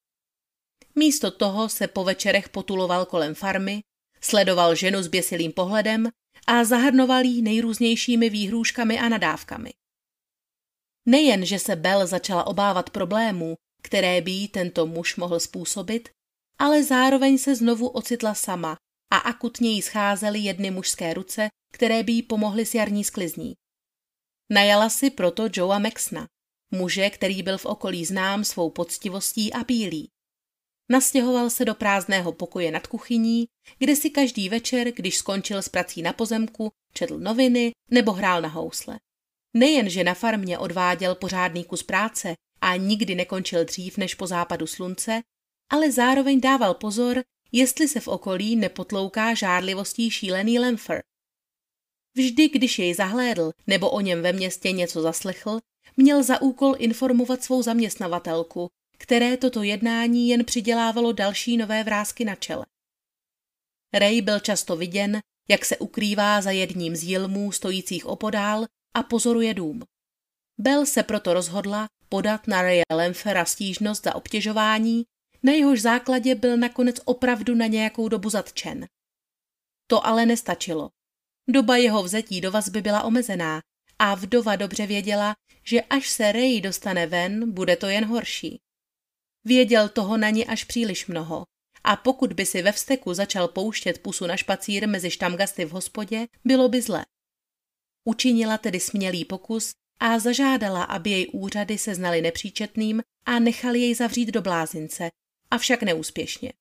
Místo toho se po večerech potuloval kolem farmy, sledoval ženu s běsilým pohledem a zahrnoval jí nejrůznějšími výhrůžkami a nadávkami. Nejen, že se Bell začala obávat problémů, které by jí tento muž mohl způsobit, ale zároveň se znovu ocitla sama a akutně jí scházely jedny mužské ruce, které by jí pomohly s jarní sklizní. Najala si proto Joea Maxna, muže, který byl v okolí znám svou poctivostí a pílí. Nastěhoval se do prázdného pokoje nad kuchyní, kde si každý večer, když skončil s prací na pozemku, četl noviny nebo hrál na housle. Nejen, že na farmě odváděl pořádný kus práce a nikdy nekončil dřív než po západu slunce, ale zároveň dával pozor, jestli se v okolí nepotlouká žárlivostí šílený Lampher. Vždy, když jej zahlédl nebo o něm ve městě něco zaslechl, měl za úkol informovat svou zaměstnavatelku, které toto jednání jen přidělávalo další nové vrásky na čele. Ray byl často viděn, jak se ukrývá za jedním z jilmů stojících opodál a pozoruje dům. Bell se proto rozhodla podat na Raye Lamphera stížnost za obtěžování, na jehož základě byl nakonec opravdu na nějakou dobu zatčen. To ale nestačilo. Doba jeho vzetí do vazby byla omezená a vdova dobře věděla, že až se Ray dostane ven, bude to jen horší. Věděl toho na ní až příliš mnoho a pokud by si ve vzteku začal pouštět pusu na špacír mezi štamgasty v hospodě, bylo by zle. Učinila tedy smělý pokus a zažádala, aby její úřady seznaly nepříčetným a nechali jej zavřít do blázince, avšak neúspěšně.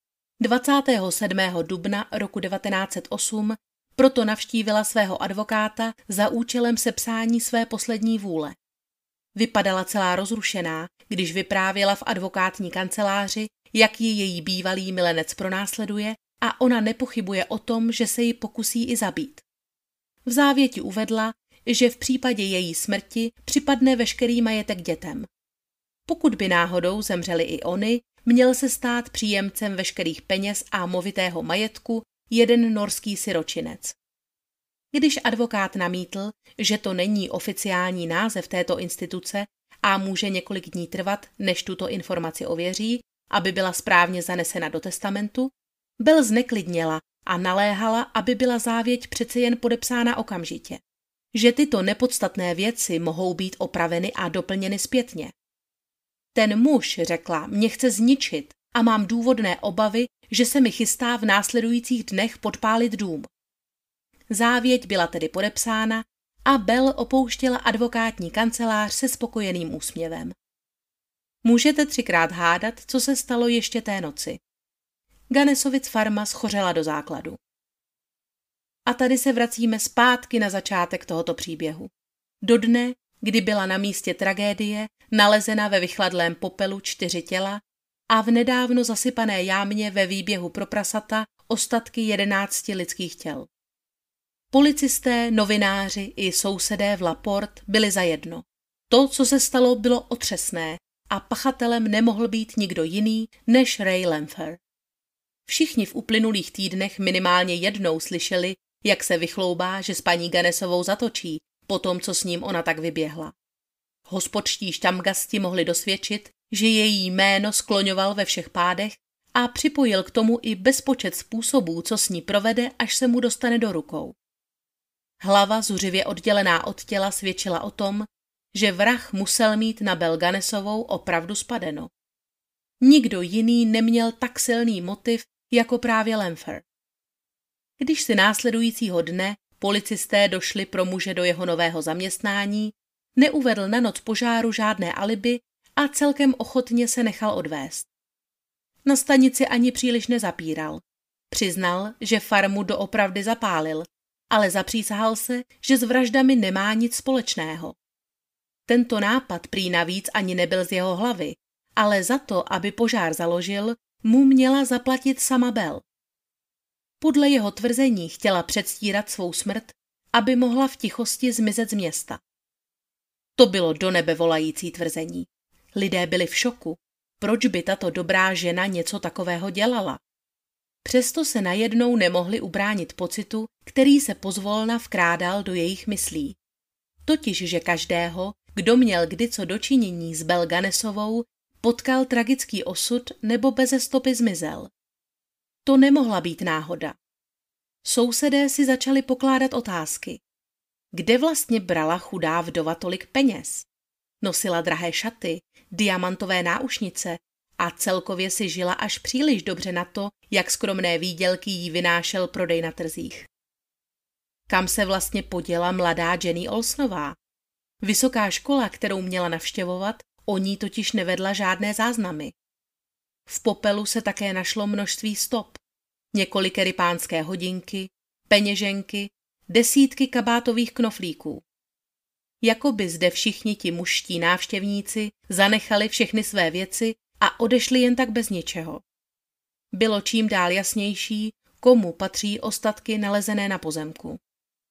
27. dubna roku 1908 proto navštívila svého advokáta za účelem sepsání své poslední vůle. Vypadala celá rozrušená, když vyprávěla v advokátní kanceláři, jak ji její bývalý milenec pronásleduje a ona nepochybuje o tom, že se ji pokusí i zabít. V závěti uvedla, že v případě její smrti připadne veškerý majetek dětem. Pokud by náhodou zemřeli i oni, měl se stát příjemcem veškerých peněz a movitého majetku jeden norský siročinec. Když advokát namítl, že to není oficiální název této instituce a může několik dní trvat, než tuto informaci ověří, aby byla správně zanesena do testamentu, Bell zneklidněla a naléhala, aby byla závěť přece jen podepsána okamžitě. Že tyto nepodstatné věci mohou být opraveny a doplněny zpětně. Ten muž, řekla, mě chce zničit a mám důvodné obavy, že se mi chystá v následujících dnech podpálit dům. Závěť byla tedy podepsána a Bell opouštěla advokátní kancelář se spokojeným úsměvem. Můžete 3krát hádat, co se stalo ještě té noci. Ganesovic farma schořela do základu. A tady se vracíme zpátky na začátek tohoto příběhu. Do dne, kdy byla na místě tragédie nalezena ve vychladlém popelu 4 těla a v nedávno zasypané jámě ve výběhu pro prasata ostatky 11 lidských těl. Policisté, novináři i sousedé v LaPorte byli zajedno. To, co se stalo, bylo otřesné a pachatelem nemohl být nikdo jiný než Ray Lamphere. Všichni v uplynulých týdnech minimálně jednou slyšeli, jak se vychloubá, že s paní Ganesovou zatočí, po tom, co s ním ona tak vyběhla. Hospodští štamgasti mohli dosvědčit, že její jméno skloňoval ve všech pádech a připojil k tomu i bezpočet způsobů, co s ní provede, až se mu dostane do rukou. Hlava zuřivě oddělená od těla svědčila o tom, že vrah musel mít na Bell Ganesovou opravdu spadeno. Nikdo jiný neměl tak silný motiv jako právě Lamphere. Když si následujícího dne policisté došli pro muže do jeho nového zaměstnání, neuvedl na noc požáru žádné alibi a celkem ochotně se nechal odvést. Na stanici ani příliš nezapíral. Přiznal, že farmu doopravdy zapálil, ale zapřísahal se, že s vraždami nemá nic společného. Tento nápad prý navíc ani nebyl z jeho hlavy, ale za to, aby požár založil, mu měla zaplatit sama Bell. Podle jeho tvrzení chtěla předstírat svou smrt, aby mohla v tichosti zmizet z města. To bylo do nebe volající tvrzení. Lidé byli v šoku. Proč by tato dobrá žena něco takového dělala? Přesto se najednou nemohli ubránit pocitu, který se pozvolna vkrádal do jejich myslí. Totiž, že každého, kdo měl kdy co dočinění s Bell Ganesovou, potkal tragický osud nebo beze stopy zmizel. To nemohla být náhoda. Sousedé si začali pokládat otázky. Kde vlastně brala chudá vdova tolik peněz? Nosila drahé šaty, diamantové náušnice a celkově si žila až příliš dobře na to, jak skromné výdělky jí vynášel prodej na trzích. Kam se vlastně poděla mladá Jenny Olsonová? Vysoká škola, kterou měla navštěvovat, o ní totiž nevedla žádné záznamy. V popelu se také našlo množství stop. Několikery pánské hodinky, peněženky, desítky kabátových knoflíků. Jakoby zde všichni ti mužští návštěvníci zanechali všechny své věci a odešli jen tak bez ničeho. Bylo čím dál jasnější, komu patří ostatky nalezené na pozemku.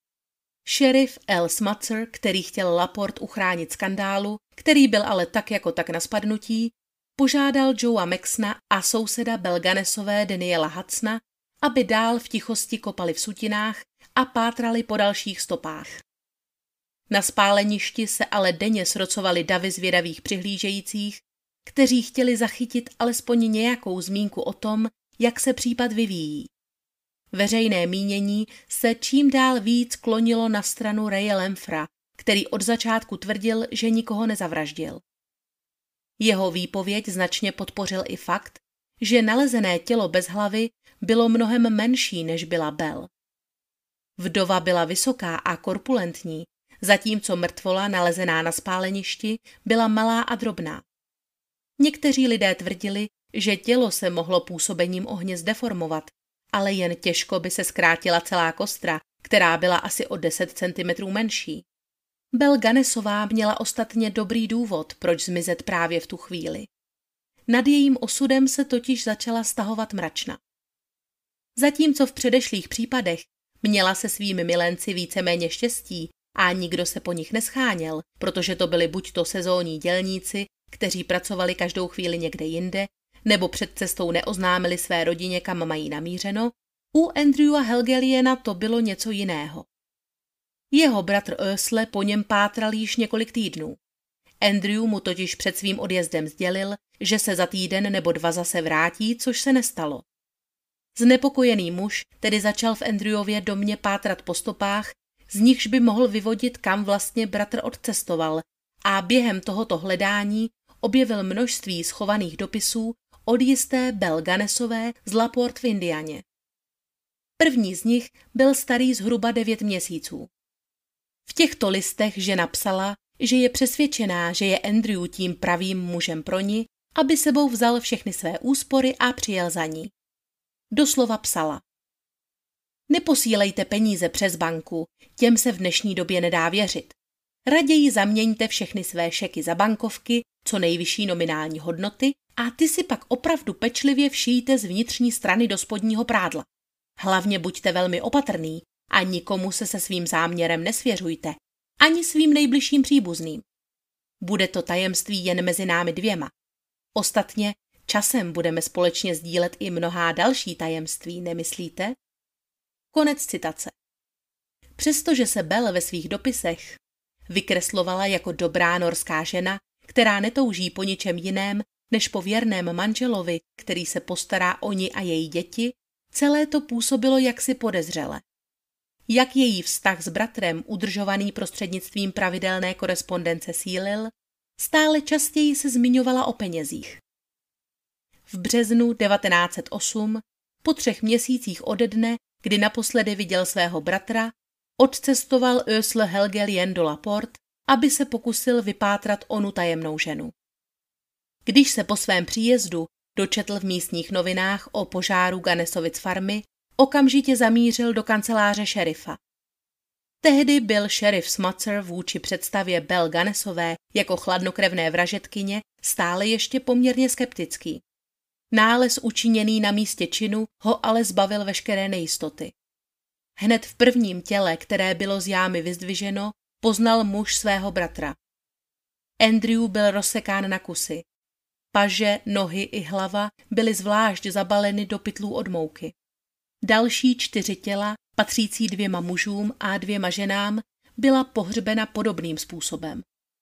Šerif L. Smuts, který chtěl LaPorte uchránit skandálu, který byl ale tak jako tak na spadnutí, požádal Joea Maxna a souseda Bell Ganesové Daniela Hudsona, aby dál v tichosti kopali v sutinách a pátrali po dalších stopách. Na spáleništi se ale denně srocovaly davy zvědavých přihlížejících, kteří chtěli zachytit alespoň nějakou zmínku o tom, jak se případ vyvíjí. Veřejné mínění se čím dál víc klonilo na stranu Raye Lamphera, který od začátku tvrdil, že nikoho nezavraždil. Jeho výpověď značně podpořil i fakt, že nalezené tělo bez hlavy bylo mnohem menší, než byla Bell. Vdova byla vysoká a korpulentní, zatímco mrtvola nalezená na spáleništi byla malá a drobná. Někteří lidé tvrdili, že tělo se mohlo působením ohně zdeformovat, ale jen těžko by se zkrátila celá kostra, která byla asi o 10 cm menší. Bell Ganesová měla ostatně dobrý důvod, proč zmizet právě v tu chvíli. Nad jejím osudem se totiž začala stahovat mračna. Zatímco v předešlých případech měla se svými milenci víceméně štěstí a nikdo se po nich nescháněl, protože to byli buďto sezónní dělníci, kteří pracovali každou chvíli někde jinde, nebo před cestou neoznámili své rodině, kam mají namířeno, u Andrewa Helgeliena to bylo něco jiného. Jeho bratr Ursule po něm pátral již několik týdnů. Andrew mu totiž před svým odjezdem sdělil, že se za týden nebo 2 zase vrátí, což se nestalo. Znepokojený muž tedy začal v Andrewově domě pátrat po stopách, z nichž by mohl vyvodit, kam vlastně bratr odcestoval, a během tohoto hledání objevil množství schovaných dopisů od jisté Belle Gunnessové z Laporte v Indianě. První z nich byl starý zhruba 9 měsíců. V těchto listech žena psala, že je přesvědčená, že je Andrew tím pravým mužem pro ni, aby sebou vzal všechny své úspory a přijel za ní. Doslova psala: Neposílejte peníze přes banku, těm se v dnešní době nedá věřit. Raději zaměňte všechny své šeky za bankovky, co nejvyšší nominální hodnoty, a ty si pak opravdu pečlivě všijte z vnitřní strany do spodního prádla. Hlavně buďte velmi opatrný a nikomu se svým záměrem nesvěřujte, ani svým nejbližším příbuzným. Bude to tajemství jen mezi námi 2. Ostatně časem budeme společně sdílet i mnohá další tajemství, nemyslíte? Konec citace. Přestože se Belle ve svých dopisech vykreslovala jako dobrá norská žena, která netouží po ničem jiném, než po věrném manželovi, který se postará o ni a její děti, celé to působilo jaksi podezřele. Jak její vztah s bratrem, udržovaný prostřednictvím pravidelné korespondence, sílil, stále častěji se zmiňovala o penězích. V březnu 1908, po 3 měsících ode dne, kdy naposledy viděl svého bratra, odcestoval Ursule Helgelien do Laporte, aby se pokusil vypátrat onu tajemnou ženu. Když se po svém příjezdu dočetl v místních novinách o požáru Gunnessovic farmy, okamžitě zamířil do kanceláře šerifa. Tehdy byl šerif Smuts vůči představě Belle Gunnessové jako chladnokrevné vražedkyně stále ještě poměrně skeptický. Nález učiněný na místě činu ho ale zbavil veškeré nejistoty. Hned v prvním těle, které bylo z jámy vyzdviženo, poznal muž svého bratra. Andrew byl rozsekán na kusy. Paže, nohy i hlava byly zvlášť zabaleny do pytlů od mouky. Další 4 těla, patřící 2 mužům a 2 ženám, byla pohřbena podobným způsobem.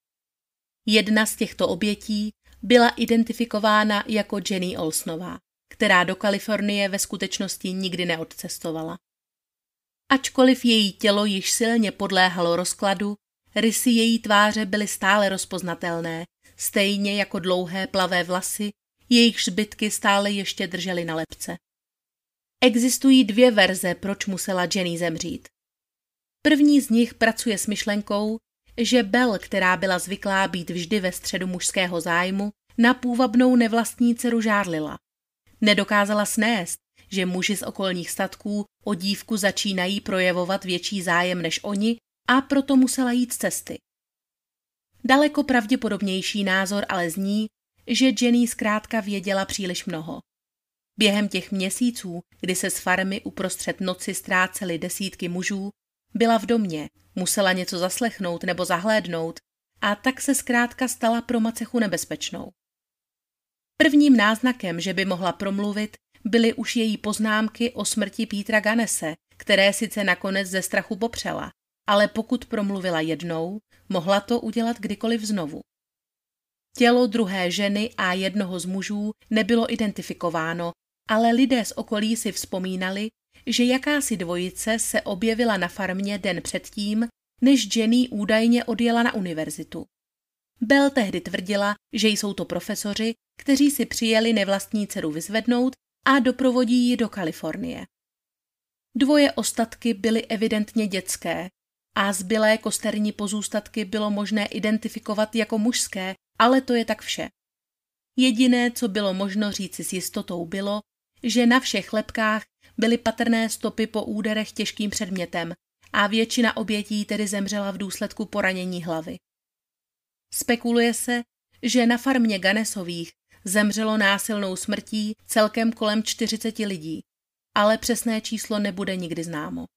Jedna z těchto obětí byla identifikována jako Jenny Olsonová, která do Kalifornie ve skutečnosti nikdy neodcestovala. Ačkoliv její tělo již silně podléhalo rozkladu, rysy její tváře byly stále rozpoznatelné, stejně jako dlouhé plavé vlasy, jejich zbytky stále ještě držely na lebce. Existují 2 verze, proč musela Jenny zemřít. První z nich pracuje s myšlenkou, že Belle, která byla zvyklá být vždy ve středu mužského zájmu, na půvabnou nevlastní dceru žárlila. Nedokázala snést, že muži z okolních statků o dívku začínají projevovat větší zájem než oni, a proto musela jít z cesty. Daleko pravděpodobnější názor ale zní, že Jenny zkrátka věděla příliš mnoho. Během těch měsíců, kdy se z farmy uprostřed noci ztrácely desítky mužů, byla v domě, musela něco zaslechnout nebo zahlédnout, a tak se zkrátka stala pro macechu nebezpečnou. Prvním náznakem, že by mohla promluvit, byly už její poznámky o smrti Petera Gunnesse, které sice nakonec ze strachu popřela, ale pokud promluvila jednou, mohla to udělat kdykoliv znovu. Tělo druhé ženy a jednoho z mužů nebylo identifikováno, ale lidé z okolí si vzpomínali, že jakási dvojice se objevila na farmě den předtím, než Jenny údajně odjela na univerzitu. Belle tehdy tvrdila, že jsou to profesoři, kteří si přijeli nevlastní dceru vyzvednout a doprovodí ji do Kalifornie. 2 ostatky byly evidentně dětské a zbylé kosterní pozůstatky bylo možné identifikovat jako mužské, ale to je tak vše. Jediné, co bylo možno říci s jistotou, bylo, že na všech lebkách byly patrné stopy po úderech těžkým předmětem a většina obětí tedy zemřela v důsledku poranění hlavy. Spekuluje se, že na farmě Gunnessových zemřelo násilnou smrtí celkem kolem 40 lidí ale přesné číslo nebude nikdy známo.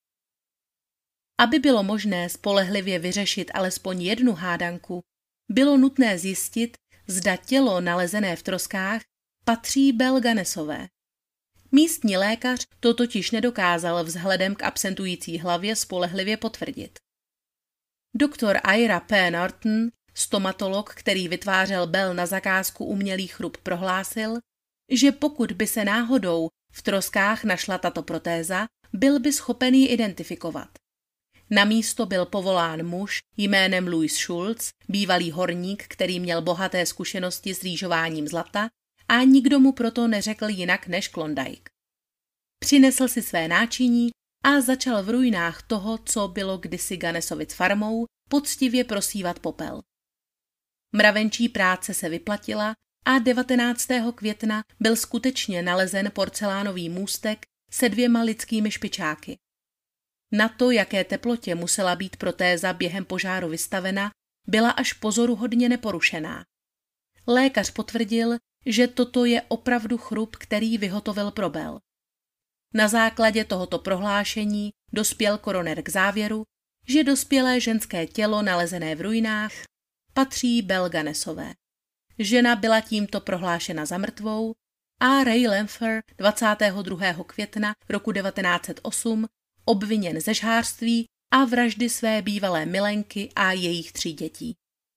Aby bylo možné spolehlivě vyřešit alespoň jednu hádanku, bylo nutné zjistit, zda tělo nalezené v troskách patří Belle Gunnessové. Místní lékař to totiž nedokázal vzhledem k absentující hlavě spolehlivě potvrdit. Doktor Ira P. Norton, stomatolog, který vytvářel Belle na zakázku umělých chrup, prohlásil, že pokud by se náhodou v troskách našla tato protéza, byl by schopen ji identifikovat. Na místo byl povolán muž jménem Louis Schultz, bývalý horník, který měl bohaté zkušenosti s rýžováním zlata, a nikdo mu proto neřekl jinak než Klondike. Přinesl si své náčiní a začal v ruinách toho, co bylo kdysi Gunnessovic farmou, poctivě prosívat popel. Mravenčí práce se vyplatila a 19. května byl skutečně nalezen porcelánový můstek se 2 lidskými špičáky. Na to, jaké teplotě musela být protéza během požáru vystavena, byla až pozoruhodně neporušená. Lékař potvrdil, že toto je opravdu chrup, který vyhotovil pro Belle. Na základě tohoto prohlášení dospěl koroner k závěru, že dospělé ženské tělo nalezené v ruinách patří Belle Gunnessové. Žena byla tímto prohlášena za mrtvou a Ray Lampher 22. května roku 1908 obviněn ze žhářství a vraždy své bývalé milenky a jejich 3 dětí.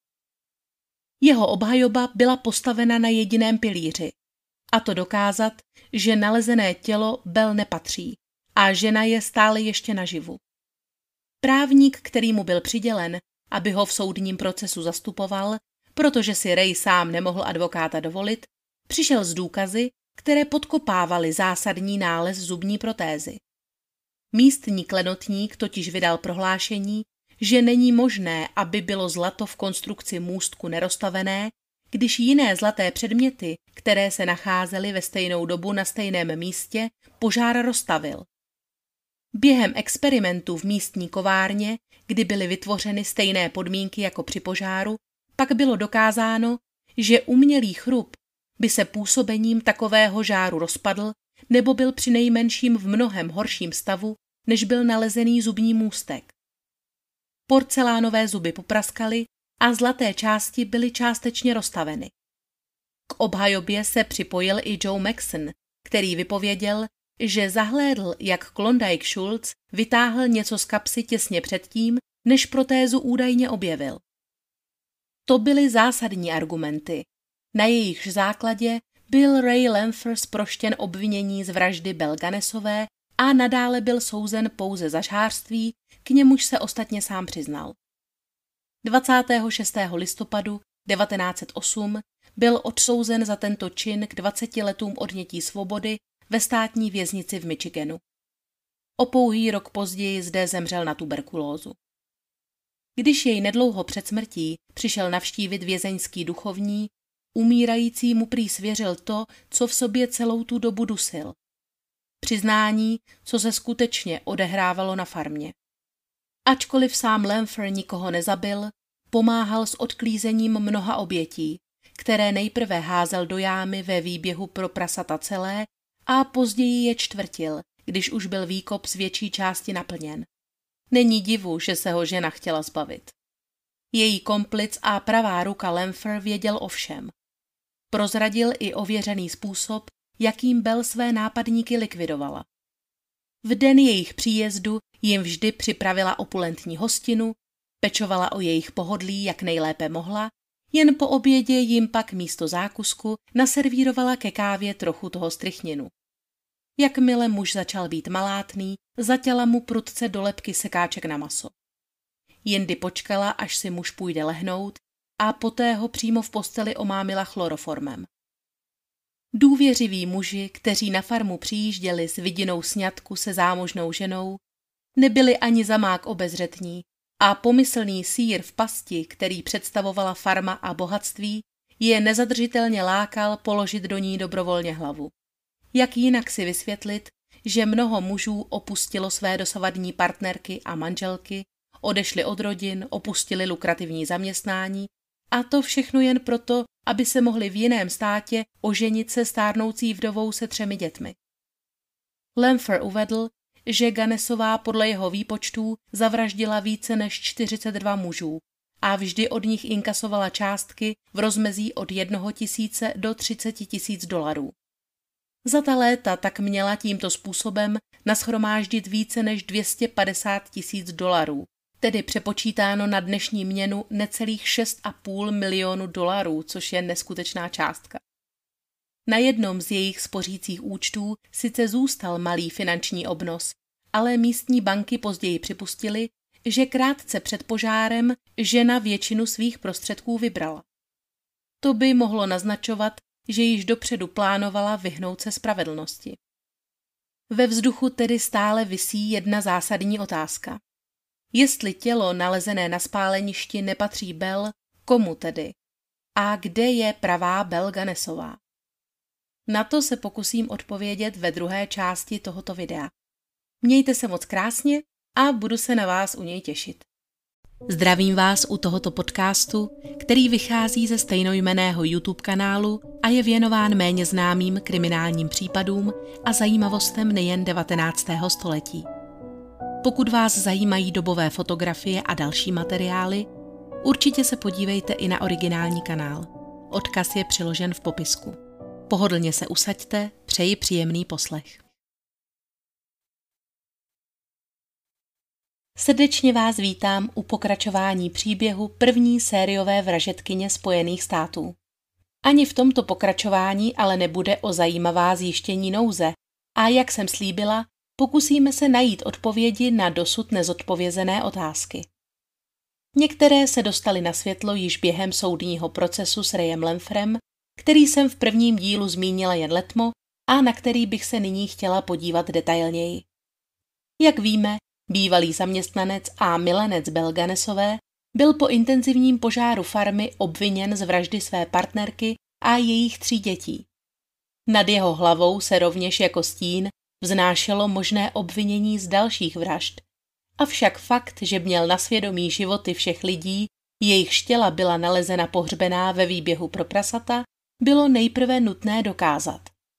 Jeho obhajoba byla postavena na jediném pilíři, a to dokázat, že nalezené tělo Belle nepatří a žena je stále ještě naživu. Právník, který mu byl přidělen, aby ho v soudním procesu zastupoval, protože si Ray sám nemohl advokáta dovolit, přišel s důkazy, které podkopávaly zásadní nález zubní protézy. Místní klenotník totiž vydal prohlášení, že není možné, aby bylo zlato v konstrukci můstku neroztavené, když jiné zlaté předměty, které se nacházely ve stejnou dobu na stejném místě, požár roztavil. Během experimentu v místní kovárně, kdy byly vytvořeny stejné podmínky jako při požáru, pak bylo dokázáno, že umělý chrup by se působením takového žáru rozpadl nebo byl přinejmenším v mnohem horším stavu, než byl nalezený zubní můstek. Porcelánové zuby popraskaly a zlaté části byly částečně roztaveny. K obhajobě se připojil i Joe Maxson, který vypověděl, že zahlédl, jak Klondike Schultz vytáhl něco z kapsy těsně předtím, než protézu údajně objevil. To byly zásadní argumenty, na jejichž základě byl Ray Lampher zproštěn obvinění z vraždy Belle Gunnessové a nadále byl souzen pouze za žhářství, k němuž se ostatně sám přiznal. 26. listopadu 1908 byl odsouzen za tento čin k 20 letům odnětí svobody ve státní věznici v Michiganu. O pouhý rok později zde zemřel na tuberkulózu. Když jej nedlouho před smrtí přišel navštívit vězeňský duchovní, umírající mu prý svěřil to, co v sobě celou tu dobu dusil. Přiznání, co se skutečně odehrávalo na farmě. Ačkoliv sám Lampher nikoho nezabil, pomáhal s odklízením mnoha obětí, které nejprve házel do jámy ve výběhu pro prasata celé a později je čtvrtil, když už byl výkop z větší části naplněn. Není divu, že se ho žena chtěla zbavit. Její komplic a pravá ruka Lampher věděl o všem. Prozradil i ověřený způsob, jakým Belle své nápadníky likvidovala. V den jejich příjezdu jim vždy připravila opulentní hostinu, pečovala o jejich pohodlí, jak nejlépe mohla, jen po obědě jim pak místo zákusku naservírovala ke kávě trochu toho strychninu. Jakmile muž začal být malátný, zatěla mu prudce do lebky sekáček na maso. Jindy počkala, až si muž půjde lehnout a poté ho přímo v posteli omámila chloroformem. Důvěřiví muži, kteří na farmu přijížděli s vidinou sňatku se zámožnou ženou, nebyli ani za mák obezřetní a pomyslný sýr v pasti, který představovala farma a bohatství, je nezadržitelně lákal položit do ní dobrovolně hlavu. Jak jinak si vysvětlit, že mnoho mužů opustilo své dosavadní partnerky a manželky, odešli od rodin, opustili lukrativní zaměstnání a to všechno jen proto, aby se mohli v jiném státě oženit se stárnoucí vdovou se 3 dětmi. Lamphere uvedl, že Ganesová podle jeho výpočtů zavraždila více než 42 mužů a vždy od nich inkasovala částky v rozmezí od 1 000 do 30 000 dolarů. Za ta léta tak měla tímto způsobem nashromáždit více než 250 000 dolarů, tedy přepočítáno na dnešní měnu necelých 6,5 milionu dolarů, což je neskutečná částka. Na jednom z jejich spořících účtů sice zůstal malý finanční obnos, ale místní banky později připustily, že krátce před požárem žena většinu svých prostředků vybrala. To by mohlo naznačovat, že již dopředu plánovala vyhnout se spravedlnosti. Ve vzduchu tedy stále visí jedna zásadní otázka. Jestli tělo nalezené na spáleništi nepatří Bell, komu tedy? A kde je pravá Bell Ganesová? Na to se pokusím odpovědět ve druhé části tohoto videa. Mějte se moc krásně a budu se na vás u něj těšit. Zdravím vás u tohoto podcastu, který vychází ze stejnojmenného YouTube kanálu a je věnován méně známým kriminálním případům a zajímavostem nejen 19. století. Pokud vás zajímají dobové fotografie a další materiály, určitě se podívejte i na originální kanál. Odkaz je přiložen v popisku. Pohodlně se usaďte, přeji příjemný poslech. Srdečně vás vítám u pokračování příběhu první sériové vražedkyně Spojených států. Ani v tomto pokračování ale nebude o zajímavá zjištění nouze a jak jsem slíbila, pokusíme se najít odpovědi na dosud nezodpovězené otázky. Některé se dostaly na světlo již během soudního procesu s Rayem Lampherem, který jsem v prvním dílu zmínila jen letmo a na který bych se nyní chtěla podívat detailněji. Jak víme, bývalý zaměstnanec a milenec Bell Ganesové byl po intenzivním požáru farmy obviněn z vraždy své partnerky a jejich 3 dětí. Nad jeho hlavou se rovněž jako stín vznášelo možné obvinění z dalších vražd. Avšak fakt, že měl na svědomí životy všech lidí, jejichž těla byla nalezena pohřbená ve výběhu pro prasata, bylo nejprve nutné dokázat.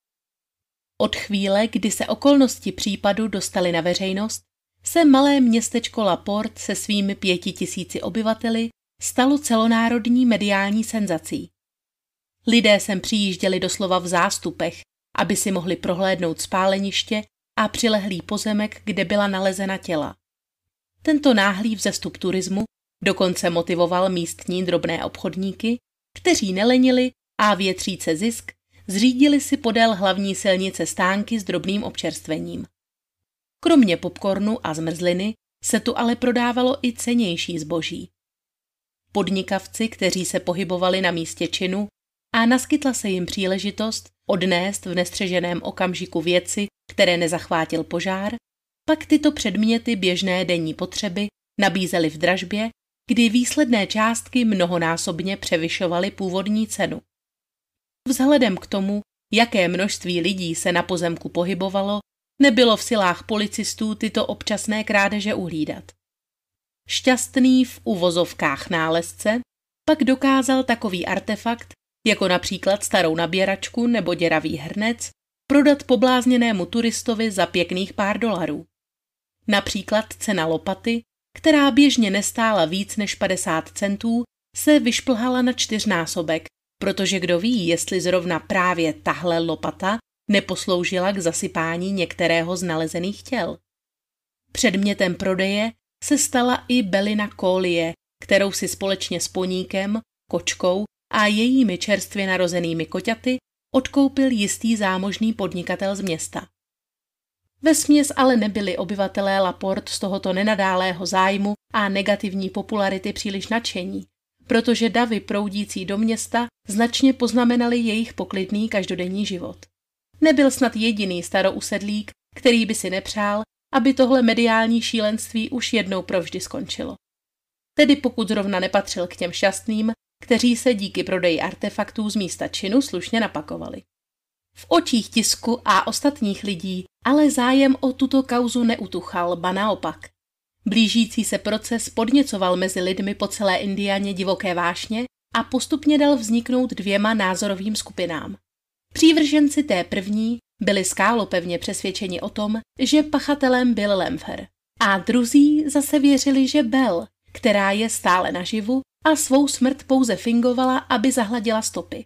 Od chvíle, kdy se okolnosti případu dostaly na veřejnost, se malé městečko LaPorte se svými 5 000 obyvateli stalo celonárodní mediální senzací. Lidé sem přijížděli doslova v zástupech, aby si mohli prohlédnout spáleniště a přilehlý pozemek, kde byla nalezena těla. Tento náhlý vzestup turismu dokonce motivoval místní drobné obchodníky, kteří nelenili a větříce zisk zřídili si podél hlavní silnice stánky s drobným občerstvením. Kromě popcornu a zmrzliny se tu ale prodávalo i cennější zboží. Podnikavci, kteří se pohybovali na místě činu a naskytla se jim příležitost odnést v nestřeženém okamžiku věci, které nezachvátil požár, pak tyto předměty běžné denní potřeby nabízely v dražbě, kdy výsledné částky mnohonásobně převyšovaly původní cenu. Vzhledem k tomu, jaké množství lidí se na pozemku pohybovalo, nebylo v silách policistů tyto občasné krádeže uhlídat. Šťastný v uvozovkách nálezce pak dokázal takový artefakt, jako například starou nabíračku nebo děravý hrnec, prodat poblázněnému turistovi za pěkných pár dolarů. Například cena lopaty, která běžně nestála víc než 50 centů, se vyšplhala na 4násobek, protože kdo ví, jestli zrovna právě tahle lopata neposloužila k zasypání některého z nalezených těl. Předmětem prodeje se stala i Bellina Collie, kterou si společně s poníkem, kočkou a jejími čerstvě narozenými koťaty odkoupil jistý zámožný podnikatel z města. Vesměs ale nebyli obyvatelé LaPorte z tohoto nenadálého zájmu a negativní popularity příliš nadšení, protože davy proudící do města značně poznamenaly jejich poklidný každodenní život. Nebyl snad jediný starousedlík, který by si nepřál, aby tohle mediální šílenství už jednou provždy skončilo. Tedy pokud zrovna nepatřil k těm šťastným, kteří se díky prodeji artefaktů z místa činu slušně napakovali. V očích tisku a ostatních lidí ale zájem o tuto kauzu neutuchal, ba naopak. Blížící se proces podněcoval mezi lidmi po celé Indianě divoké vášně a postupně dal vzniknout 2 názorovým skupinám. Přívrženci té první byli skálopevně přesvědčeni o tom, že pachatelem byl Lemfer. A druzí zase věřili, že Bell, která je stále naživu a svou smrt pouze fingovala, aby zahladila stopy.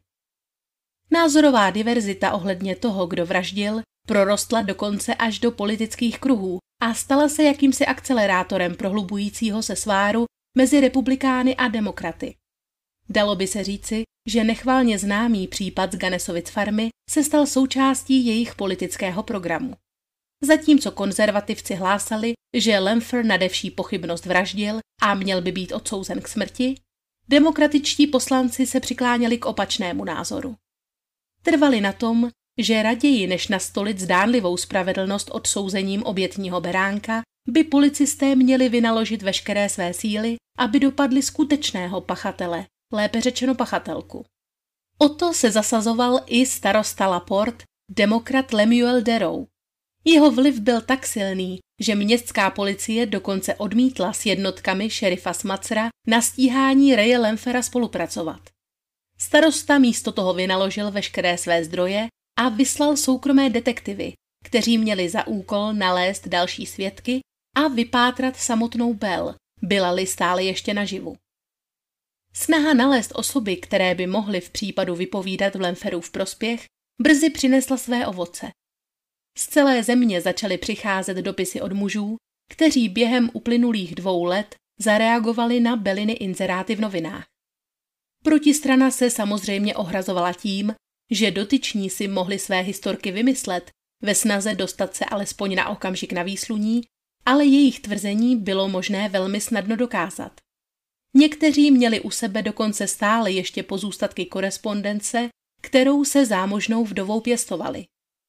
Názorová diverzita ohledně toho, kdo vraždil, prorostla dokonce až do politických kruhů a stala se jakýmsi akcelerátorem prohlubujícího se sváru mezi republikány a demokraty. Dalo by se říci, že nechvalně známý případ z Gannesovic farmy se stal součástí jejich politického programu. Zatímco konzervativci hlásali, že Lemfer nade vší pochybnost vraždil a měl by být odsouzen k smrti, demokratičtí poslanci se přikláněli k opačnému názoru. Trvali na tom, že raději než nastolit zdánlivou spravedlnost odsouzením obětního beránka, by policisté měli vynaložit veškeré své síly, aby dopadli skutečného pachatele, lépe řečeno pachatelku. O to se zasazoval i starosta LaPorte, demokrat Lemuel Darrow. Jeho vliv byl tak silný, že městská policie dokonce odmítla s jednotkami šerifa Smutsera na stíhání Raye Lemfera spolupracovat. Starosta místo toho vynaložil veškeré své zdroje a vyslal soukromé detektivy, kteří měli za úkol nalézt další svědky a vypátrat samotnou Bell, byla-li stále ještě naživu. Snaha nalézt osoby, které by mohly v případu vypovídat v Lemferův prospěch, brzy přinesla své ovoce. Z celé země začaly přicházet dopisy od mužů, kteří během uplynulých 2 let zareagovali na Belliny inzeráty v novinách. Protistrana se samozřejmě ohrazovala tím, že dotyční si mohli své historky vymyslet ve snaze dostat se alespoň na okamžik na výsluní, ale jejich tvrzení bylo možné velmi snadno dokázat. Někteří měli u sebe dokonce stále ještě pozůstatky korespondence, kterou se zámožnou vdovou pěstovali.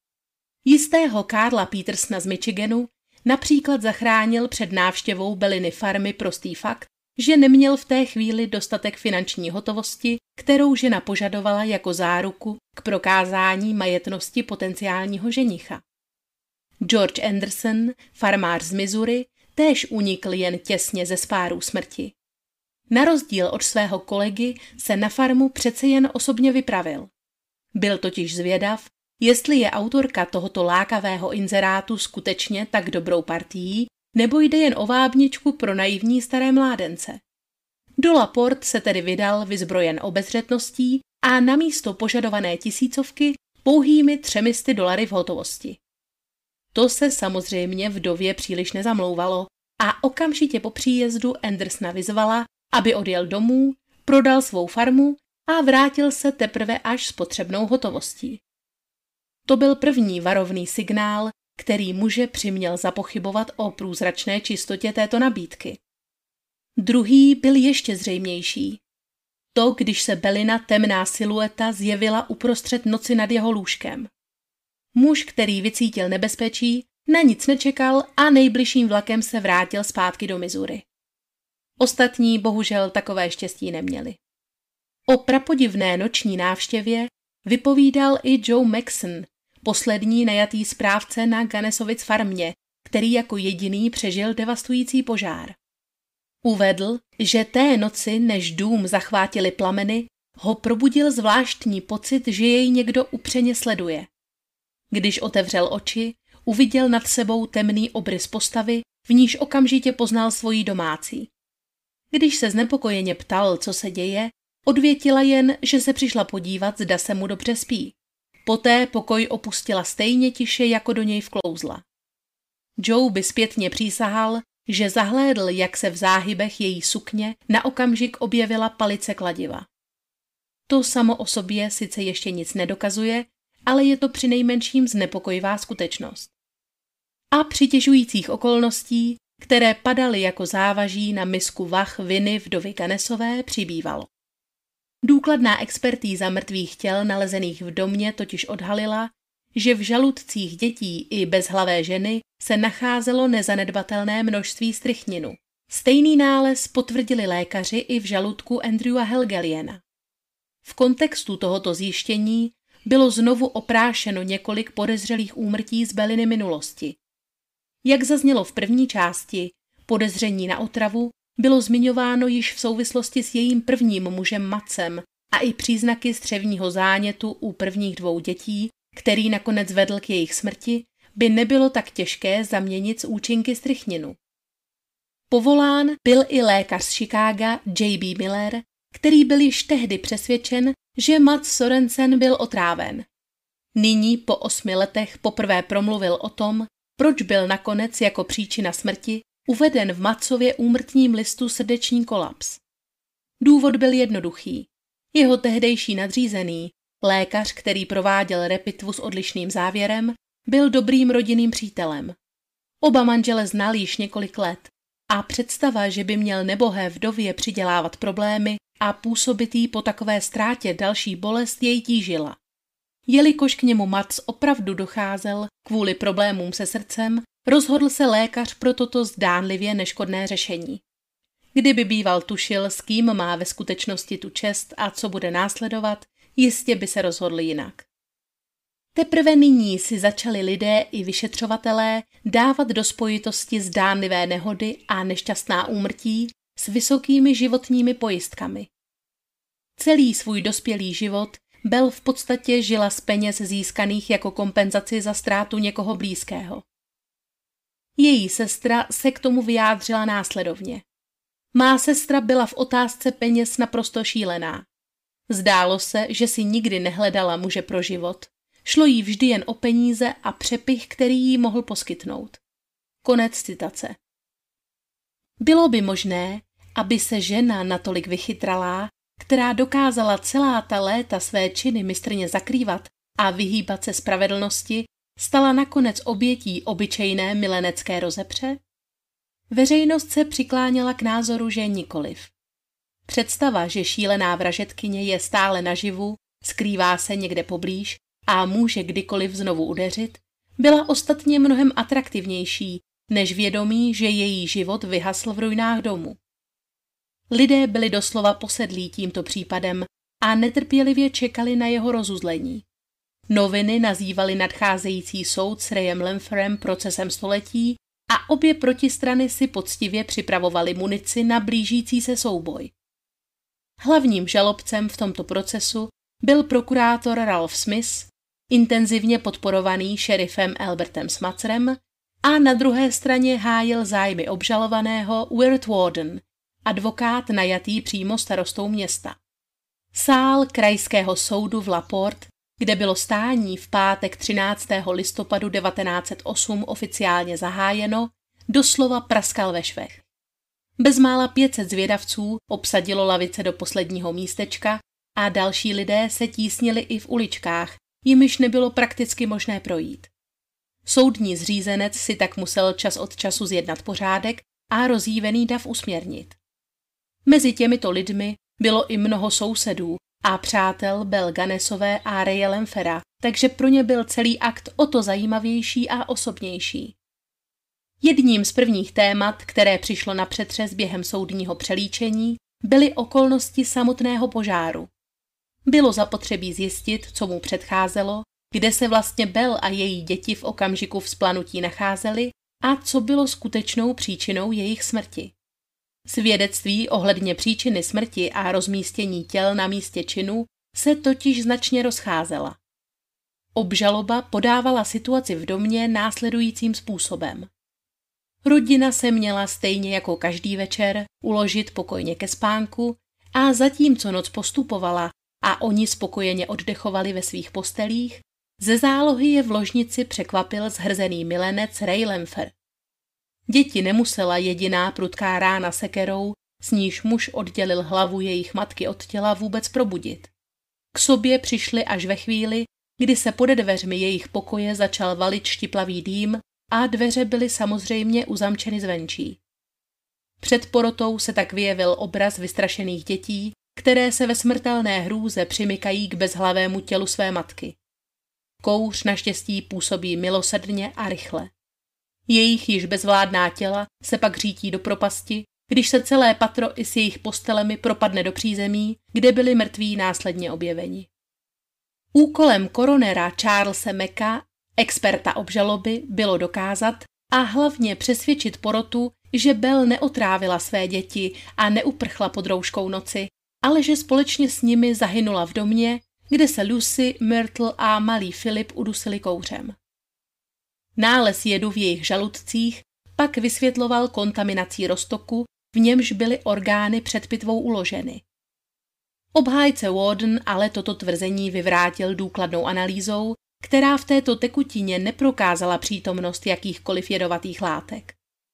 Jistého Karla Petersona z Michiganu například zachránil před návštěvou Belliny farmy prostý fakt, že neměl v té chvíli dostatek finanční hotovosti, kterou žena požadovala jako záruku k prokázání majetnosti potenciálního ženicha. George Anderson, farmář z Missouri, též unikl jen těsně ze spárů smrti. Na rozdíl od svého kolegy se na farmu přece jen osobně vypravil. Byl totiž zvědav, jestli je autorka tohoto lákavého inzerátu skutečně tak dobrou partií, nebo jde jen o vábničku pro naivní staré mládence. Do LaPorte se tedy vydal vyzbrojen obezřetností a namísto požadované 1000 pouhými $300 v hotovosti. To se samozřejmě vdově příliš nezamlouvalo a okamžitě po příjezdu Andersona vyzvala, aby odjel domů, prodal svou farmu a vrátil se teprve až s potřebnou hotovostí. To byl první varovný signál, který muže přiměl zapochybovat o průzračné čistotě této nabídky. Druhý byl ještě zřejmější. To, když se Bellina temná silueta zjevila uprostřed noci nad jeho lůžkem. Muž, který vycítil nebezpečí, na nic nečekal a nejbližším vlakem se vrátil zpátky do Missouri. Ostatní bohužel takové štěstí neměli. O prapodivné noční návštěvě vypovídal i Joe Maxson, poslední najatý správce na Gannesovic farmě, který jako jediný přežil devastující požár. Uvedl, že té noci, než dům zachvátily plameny, ho probudil zvláštní pocit, že jej někdo upřeně sleduje. Když otevřel oči, uviděl nad sebou temný obrys postavy, v níž okamžitě poznal svoji domácí. Když se znepokojeně ptal, co se děje, odvětila jen, že se přišla podívat, zda se mu dobře spí. Poté pokoj opustila stejně tiše, jako do něj vklouzla. Joe by zpětně přísahal, že zahlédl, jak se v záhybech její sukně na okamžik objevila palice kladiva. To samo o sobě sice ještě nic nedokazuje, ale je to přinejmenším znepokojivá skutečnost. A přitěžujících okolností, které padaly jako závaží na misku vah viny vdovy Gannesové, přibývalo. Důkladná expertíza mrtvých těl nalezených v domě totiž odhalila, že v žaludcích dětí i bezhlavé ženy se nacházelo nezanedbatelné množství strychninu. Stejný nález potvrdili lékaři i v žaludku Andrewa Helgeliena. V kontextu tohoto zjištění bylo znovu oprášeno několik podezřelých úmrtí z Belliny minulosti. Jak zaznělo v první části, podezření na otravu bylo zmiňováno již v souvislosti s jejím prvním mužem Matsem a i příznaky střevního zánětu u prvních 2 dětí, který nakonec vedl k jejich smrti, by nebylo tak těžké zaměnit s účinky strychninu. Povolán byl i lékař z Chicaga J.B. Miller, který byl již tehdy přesvědčen, že Mats Sorensen byl otráven. Nyní po 8 letech poprvé promluvil o tom, proč byl nakonec jako příčina smrti uveden v Matsově úmrtním listu srdeční kolaps. Důvod byl jednoduchý. Jeho tehdejší nadřízený, lékař, který prováděl repitvu s odlišným závěrem, byl dobrým rodinným přítelem. Oba manžele znal již několik let a představa, že by měl nebohé vdově přidělávat problémy a působit jí po takové ztrátě další bolest jej tížila. Jelikož k němu Mats opravdu docházel kvůli problémům se srdcem, rozhodl se lékař pro toto zdánlivě neškodné řešení. Kdyby býval tušil, s kým má ve skutečnosti tu čest a co bude následovat, jistě by se rozhodl jinak. Teprve nyní si začali lidé i vyšetřovatelé dávat do spojitosti zdánlivé nehody a nešťastná úmrtí s vysokými životními pojistkami. Celý svůj dospělý život Belle v podstatě žila z peněz získaných jako kompenzaci za ztrátu někoho blízkého. Její sestra se k tomu vyjádřila následovně. Má sestra byla v otázce peněz naprosto šílená. Zdálo se, že si nikdy nehledala muže pro život. Šlo jí vždy jen o peníze a přepych, který jí mohl poskytnout. Konec citace. Bylo by možné, aby se žena natolik vychytralá, která dokázala celá ta léta své činy mistrně zakrývat a vyhýbat se spravedlnosti, stala nakonec obětí obyčejné milenecké rozepře? Veřejnost se přikláněla k názoru, že nikoliv. Představa, že šílená vražedkyně je stále naživu, skrývá se někde poblíž a může kdykoliv znovu udeřit, byla ostatně mnohem atraktivnější než vědomí, že její život vyhasl v ruinách domu. Lidé byli doslova posedlí tímto případem a netrpělivě čekali na jeho rozuzlení. Noviny nazývaly nadcházející soud s Rayem Lemferem procesem století a obě protistrany si poctivě připravovaly munici na blížící se souboj. Hlavním žalobcem v tomto procesu byl prokurátor Ralph Smith, intenzivně podporovaný šerifem Albertem Smutzerem, a na druhé straně hájil zájmy obžalovaného Wirt Warden, advokát najatý přímo starostou města. Sál krajského soudu v LaPorte, kde bylo stání v pátek 13. listopadu 1908 oficiálně zahájeno, doslova praskal ve švech. Bezmála 500 zvědavců obsadilo lavice do posledního místečka a další lidé se tísnili i v uličkách, jimiž nebylo prakticky možné projít. Soudní zřízenec si tak musel čas od času zjednat pořádek a rozjívený dav usměrnit. Mezi těmito lidmi bylo i mnoho sousedů a přátel Belle Gunnessové a Raye Lemfera, takže pro ně byl celý akt o to zajímavější a osobnější. Jedním z prvních témat, které přišlo na přetřes během soudního přelíčení, byly okolnosti samotného požáru. Bylo zapotřebí zjistit, co mu předcházelo, kde se vlastně Belle a její děti v okamžiku vzplanutí nacházely a co bylo skutečnou příčinou jejich smrti. Svědectví ohledně příčiny smrti a rozmístění těl na místě činu se totiž značně rozcházela. Obžaloba podávala situaci v domě následujícím způsobem. Rodina se měla stejně jako každý večer uložit pokojně ke spánku a zatímco noc postupovala a oni spokojeně oddechovali ve svých postelích, ze zálohy je v ložnici překvapil zhrzený milenec Ray Lemfer. Děti nemusela jediná prudká rána sekerou, s níž muž oddělil hlavu jejich matky od těla, vůbec probudit. K sobě přišli až ve chvíli, kdy se pode dveřmi jejich pokoje začal valit štiplavý dým a dveře byly samozřejmě uzamčeny zvenčí. Před porotou se tak vyjevil obraz vystrašených dětí, které se ve smrtelné hrůze přimykají k bezhlavému tělu své matky. Kouř naštěstí působí milosrdně a rychle. Jejich již bezvládná těla se pak řítí do propasti, když se celé patro i s jejich postelemi propadne do přízemí, kde byli mrtví následně objeveni. Úkolem koronera Charlese Macka, experta obžaloby, bylo dokázat a hlavně přesvědčit porotu, že Belle neotrávila své děti a neuprchla pod rouškou noci, ale že společně s nimi zahynula v domě, kde se Lucy, Myrtle a malý Filip udusili kouřem. Nález jedu v jejich žaludcích pak vysvětloval kontaminací roztoku, v němž byly orgány před pitvou uloženy. Obhájce Warden ale toto tvrzení vyvrátil důkladnou analýzou, která v této tekutině neprokázala přítomnost jakýchkoliv jedovatých látek.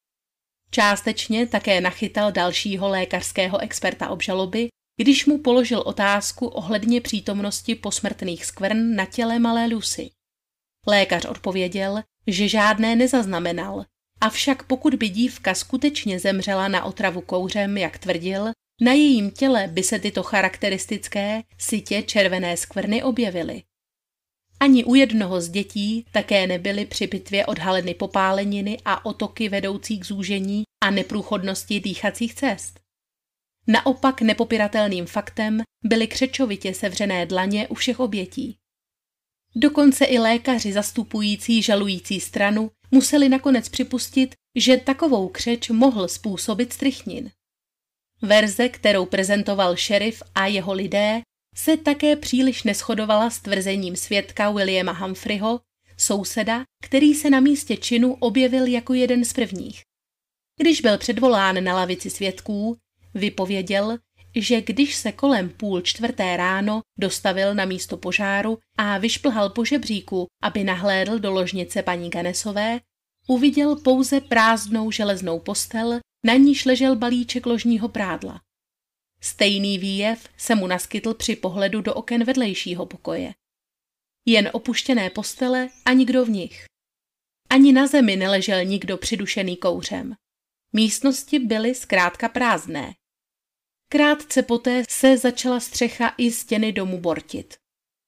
Částečně také nachytal dalšího lékařského experta obžaloby, když mu položil otázku ohledně přítomnosti posmrtných skvrn na těle malé Lucy. Lékař odpověděl, že žádné nezaznamenal, avšak pokud by dívka skutečně zemřela na otravu kouřem, jak tvrdil, na jejím těle by se tyto charakteristické, sytě červené skvrny objevily. Ani u jednoho z dětí také nebyly při pitvě odhaleny popáleniny a otoky vedoucí k zúžení a neprůchodnosti dýchacích cest. Naopak nepopiratelným faktem byly křečovitě sevřené dlaně u všech obětí. Dokonce i lékaři zastupující žalující stranu museli nakonec připustit, že takovou křeč mohl způsobit strychnin. Verze, kterou prezentoval šerif a jeho lidé, se také příliš neshodovala s tvrzením svědka Williama Humphreyho, souseda, který se na místě činu objevil jako jeden z prvních. Když byl předvolán na lavici svědků, vypověděl, že když se kolem 3:30 ráno dostavil na místo požáru a vyšplhal po žebříku, aby nahlédl do ložnice paní Ganesové, uviděl pouze prázdnou železnou postel, na níž ležel balíček ložního prádla. Stejný výjev se mu naskytl při pohledu do oken vedlejšího pokoje. Jen opuštěné postele a nikdo v nich. Ani na zemi neležel nikdo přidušený kouřem. Místnosti byly zkrátka prázdné. Krátce poté se začala střecha i stěny domu bortit.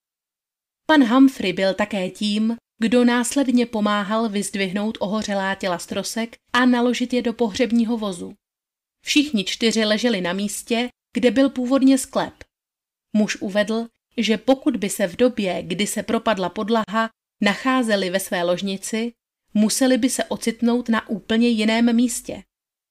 Pan Humphrey byl také tím, kdo následně pomáhal vyzdvihnout ohořelá těla z trosek a naložit je do pohřebního vozu. Všichni 4 leželi na místě, kde byl původně sklep. Muž uvedl, že pokud by se v době, kdy se propadla podlaha, nacházeli ve své ložnici, museli by se ocitnout na úplně jiném místě.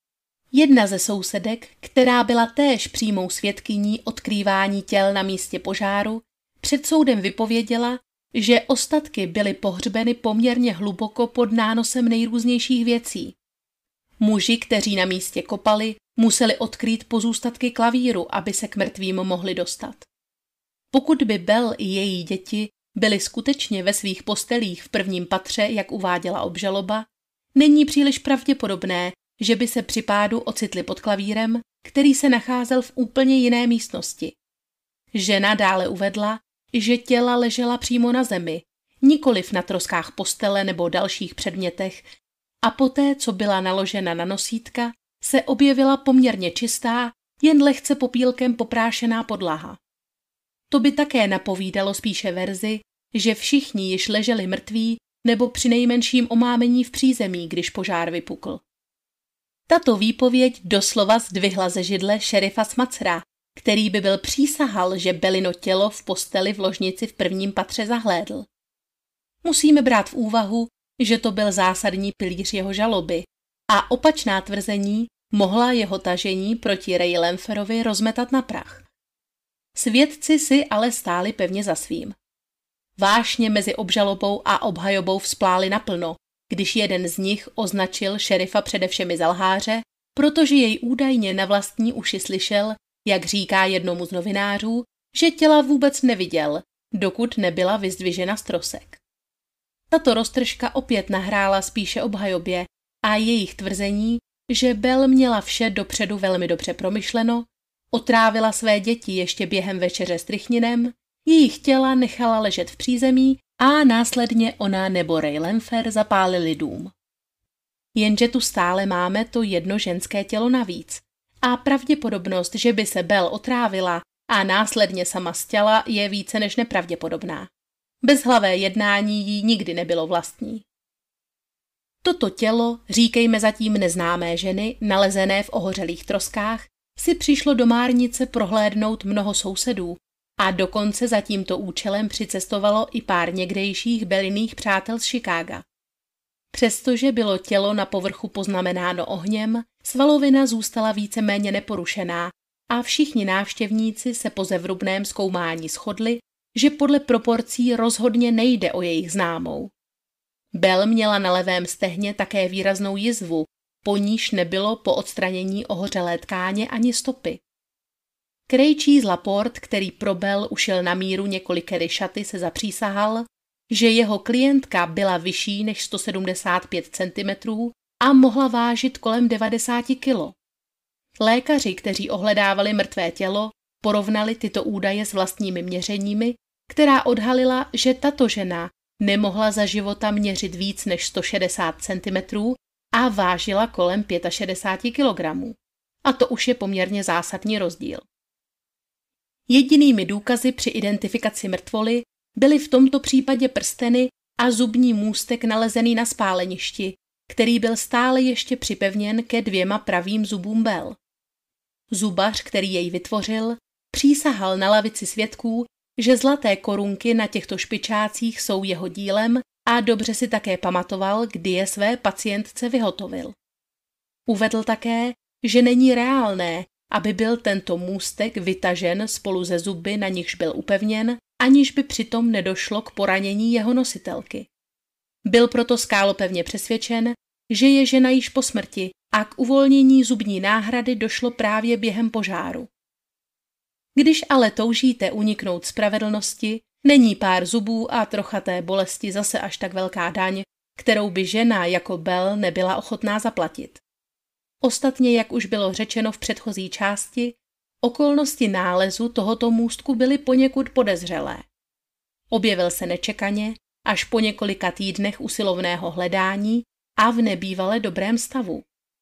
Jedna ze sousedek, která byla též přímou svědkyní odkrývání těl na místě požáru, před soudem vypověděla, že ostatky byly pohřbeny poměrně hluboko pod nánosem nejrůznějších věcí. Muži, kteří na místě kopali, museli odkrýt pozůstatky klavíru, aby se k mrtvým mohli dostat. Pokud by Belle i její děti byly skutečně ve svých postelích v prvním patře, jak uváděla obžaloba, není příliš pravděpodobné, že by se při pádu ocitli pod klavírem, který se nacházel v úplně jiné místnosti. Žena dále uvedla, že těla ležela přímo na zemi, nikoliv na troskách postele nebo dalších předmětech, a poté, co byla naložena na nosítka, se objevila poměrně čistá, jen lehce popílkem poprášená podlaha. To by také napovídalo spíše verzi, že všichni již leželi mrtví nebo přinejmenším omámení v přízemí, když požár vypukl. Tato výpověď doslova zdvihla ze židle šerifa Smacera, který by byl přísahal, že Bellino tělo v posteli v ložnici v prvním patře zahlédl. Musíme brát v úvahu, že to byl zásadní pilíř jeho žaloby a opačná tvrzení mohla jeho tažení proti Ray Lampherovi rozmetat na prach. Svědci si ale stáli pevně za svým. Vášně mezi obžalobou a obhajobou vzplály naplno, když jeden z nich označil šerifa přede všemi za lháře, protože jej údajně na vlastní uši slyšel, jak říká jednomu z novinářů, že těla vůbec neviděl, dokud nebyla vyzdvižena z trosek. Tato roztržka opět nahrála spíše obhajobě a jejich tvrzení, že Belle měla vše dopředu velmi dobře promyšleno, otrávila své děti ještě během večeře strychninem, jejich těla nechala ležet v přízemí a následně ona nebo Ray Lampher zapálili dům. Jenže tu stále máme to jedno ženské tělo navíc a pravděpodobnost, že by se Belle otrávila a následně sama stěla, je více než nepravděpodobná. Bezhlavé jednání jí nikdy nebylo vlastní. Toto tělo, říkejme zatím neznámé ženy, nalezené v ohořelých troskách, si přišlo do Márnice prohlédnout mnoho sousedů a dokonce za tímto účelem přicestovalo i pár někdejších Belliných přátel z Chicaga. Přestože bylo tělo na povrchu poznamenáno ohněm, svalovina zůstala víceméně neporušená a všichni návštěvníci se po zevrubném zkoumání shodli, že podle proporcí rozhodně nejde o jejich známou. Belle měla na levém stehně také výraznou jizvu, po níž nebylo po odstranění ohořelé tkáně ani stopy. Krejčí z Laporte, který pro Belle ušil na míru několikery šaty, se zapřísahal, že jeho klientka byla vyšší než 175 cm a mohla vážit kolem 90 kg. Lékaři, kteří ohledávali mrtvé tělo, porovnali tyto údaje s vlastními měřeními, která odhalila, že tato žena nemohla za života měřit víc než 160 cm a vážila kolem 65 kg. A to už je poměrně zásadní rozdíl. Jedinými důkazy při identifikaci mrtvoly byly v tomto případě prsteny a zubní můstek nalezený na spáleništi, který byl stále ještě připevněn ke 2 pravým zubům Belle. Zubař, který jej vytvořil, přísahal na lavici svědků, že zlaté korunky na těchto špičácích jsou jeho dílem a dobře si také pamatoval, kdy je své pacientce vyhotovil. Uvedl také, že není reálné, aby byl tento můstek vytažen spolu se zuby, na nichž byl upevněn, aniž by přitom nedošlo k poranění jeho nositelky. Byl proto skálopevně přesvědčen, že je žena již po smrti a k uvolnění zubní náhrady došlo právě během požáru. Když ale toužíte uniknout spravedlnosti, není pár zubů a trocha té bolesti zase až tak velká daň, kterou by žena jako Belle nebyla ochotná zaplatit. Ostatně, jak už bylo řečeno v předchozí části, okolnosti nálezu tohoto můstku byly poněkud podezřelé. Objevil se nečekaně, až po několika týdnech usilovného hledání a v nebývale dobrém stavu.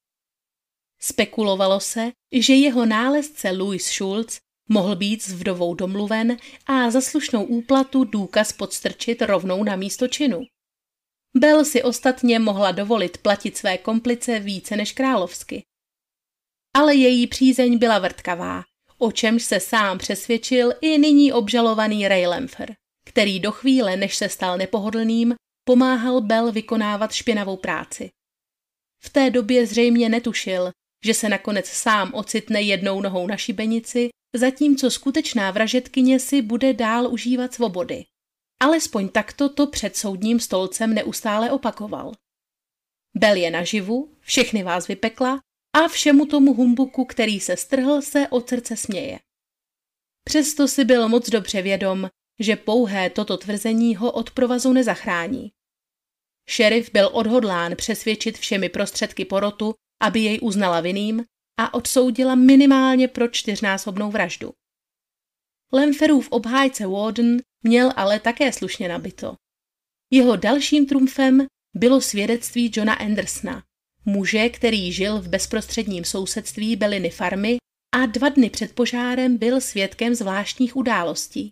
Spekulovalo se, že jeho nálezce Louis Schultz mohl být s vdovou domluven a za slušnou úplatu důkaz podstrčit rovnou na místo činu. Belle si ostatně mohla dovolit platit své komplice více než královsky. Ale její přízeň byla vrtkavá, o čemž se sám přesvědčil i nyní obžalovaný Ray Lamphere, který do chvíle, než se stal nepohodlným, pomáhal Belle vykonávat špinavou práci. V té době zřejmě netušil, že se nakonec sám ocitne jednou nohou na šibenici, zatímco skutečná vražedkyně si bude dál užívat svobody. Alespoň takto to před soudním stolcem neustále opakoval. Belle je naživu, všechny vás vypekla a všemu tomu humbuku, který se strhl, se od srdce směje. Přesto si byl moc dobře vědom, že pouhé toto tvrzení ho od provazu nezachrání. Šerif byl odhodlán přesvědčit všemi prostředky porotu, aby jej uznala vinným a odsoudila minimálně pro 4násobnou vraždu. Lampherův obhájce Warden měl ale také slušně nabito. Jeho dalším trumfem bylo svědectví Johna Andersona, muže, který žil v bezprostředním sousedství Belliny farmy a 2 dny před požárem byl svědkem zvláštních událostí.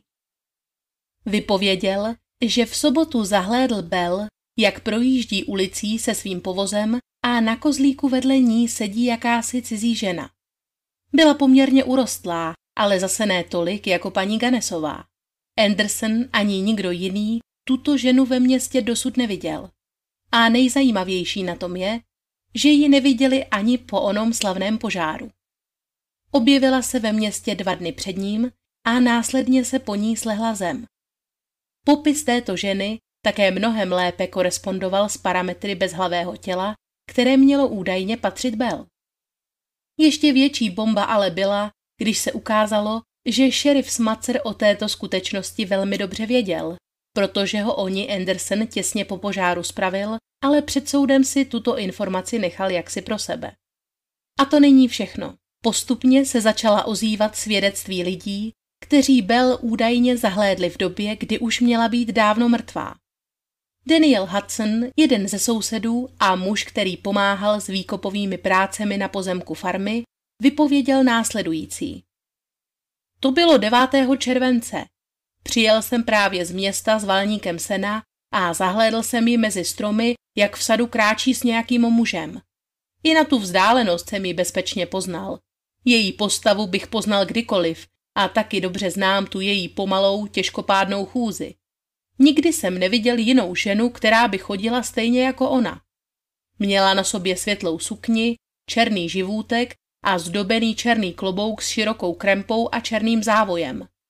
Vypověděl, že v sobotu zahlédl Belle, jak projíždí ulicí se svým povozem a na kozlíku vedle ní sedí jakási cizí žena. Byla poměrně urostlá, ale zase ne tolik jako paní Ganesová. Anderson ani nikdo jiný tuto ženu ve městě dosud neviděl. A nejzajímavější na tom je, že ji neviděli ani po onom slavném požáru. Objevila se ve městě 2 dny před ním a následně se po ní slehla zem. Popis této ženy také mnohem lépe korespondoval s parametry bezhlavého těla, které mělo údajně patřit Belle. Ještě větší bomba ale byla, když se ukázalo, že šerif Smatser o této skutečnosti velmi dobře věděl, protože ho oni Anderson těsně po požáru spravil, ale před soudem si tuto informaci nechal jaksi pro sebe. A to není všechno. Postupně se začala ozývat svědectví lidí, kteří Belle údajně zahlédli v době, kdy už měla být dávno mrtvá. Daniel Hudson, jeden ze sousedů a muž, který pomáhal s výkopovými prácemi na pozemku farmy, vypověděl následující. To bylo 9. července. Přijel jsem právě z města s valníkem sena a zahlédl jsem ji mezi stromy, jak v sadu kráčí s nějakým mužem. I na tu vzdálenost jsem ji bezpečně poznal. Její postavu bych poznal kdykoliv a taky dobře znám tu její pomalou, těžkopádnou chůzi. Nikdy jsem neviděl jinou ženu, která by chodila stejně jako ona. Měla na sobě světlou sukni, černý živůtek a zdobený černý klobouk s širokou krempou a černým závojem.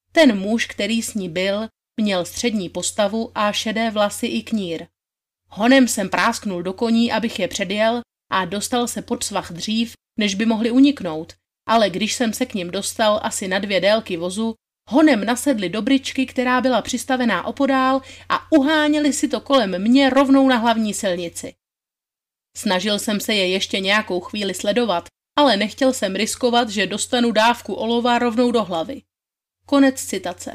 Ten muž, který s ní byl, měl střední postavu a šedé vlasy i knír. Honem jsem prásknul do koní, abych je předjel a dostal se pod svah dřív, než by mohli uniknout, ale když jsem se k nim dostal asi na 2 délky vozu, honem nasedli do bryčky, která byla přistavená opodál a uháněli si to kolem mě rovnou na hlavní silnici. Snažil jsem se je ještě nějakou chvíli sledovat, ale nechtěl jsem riskovat, že dostanu dávku olova rovnou do hlavy. Konec citace.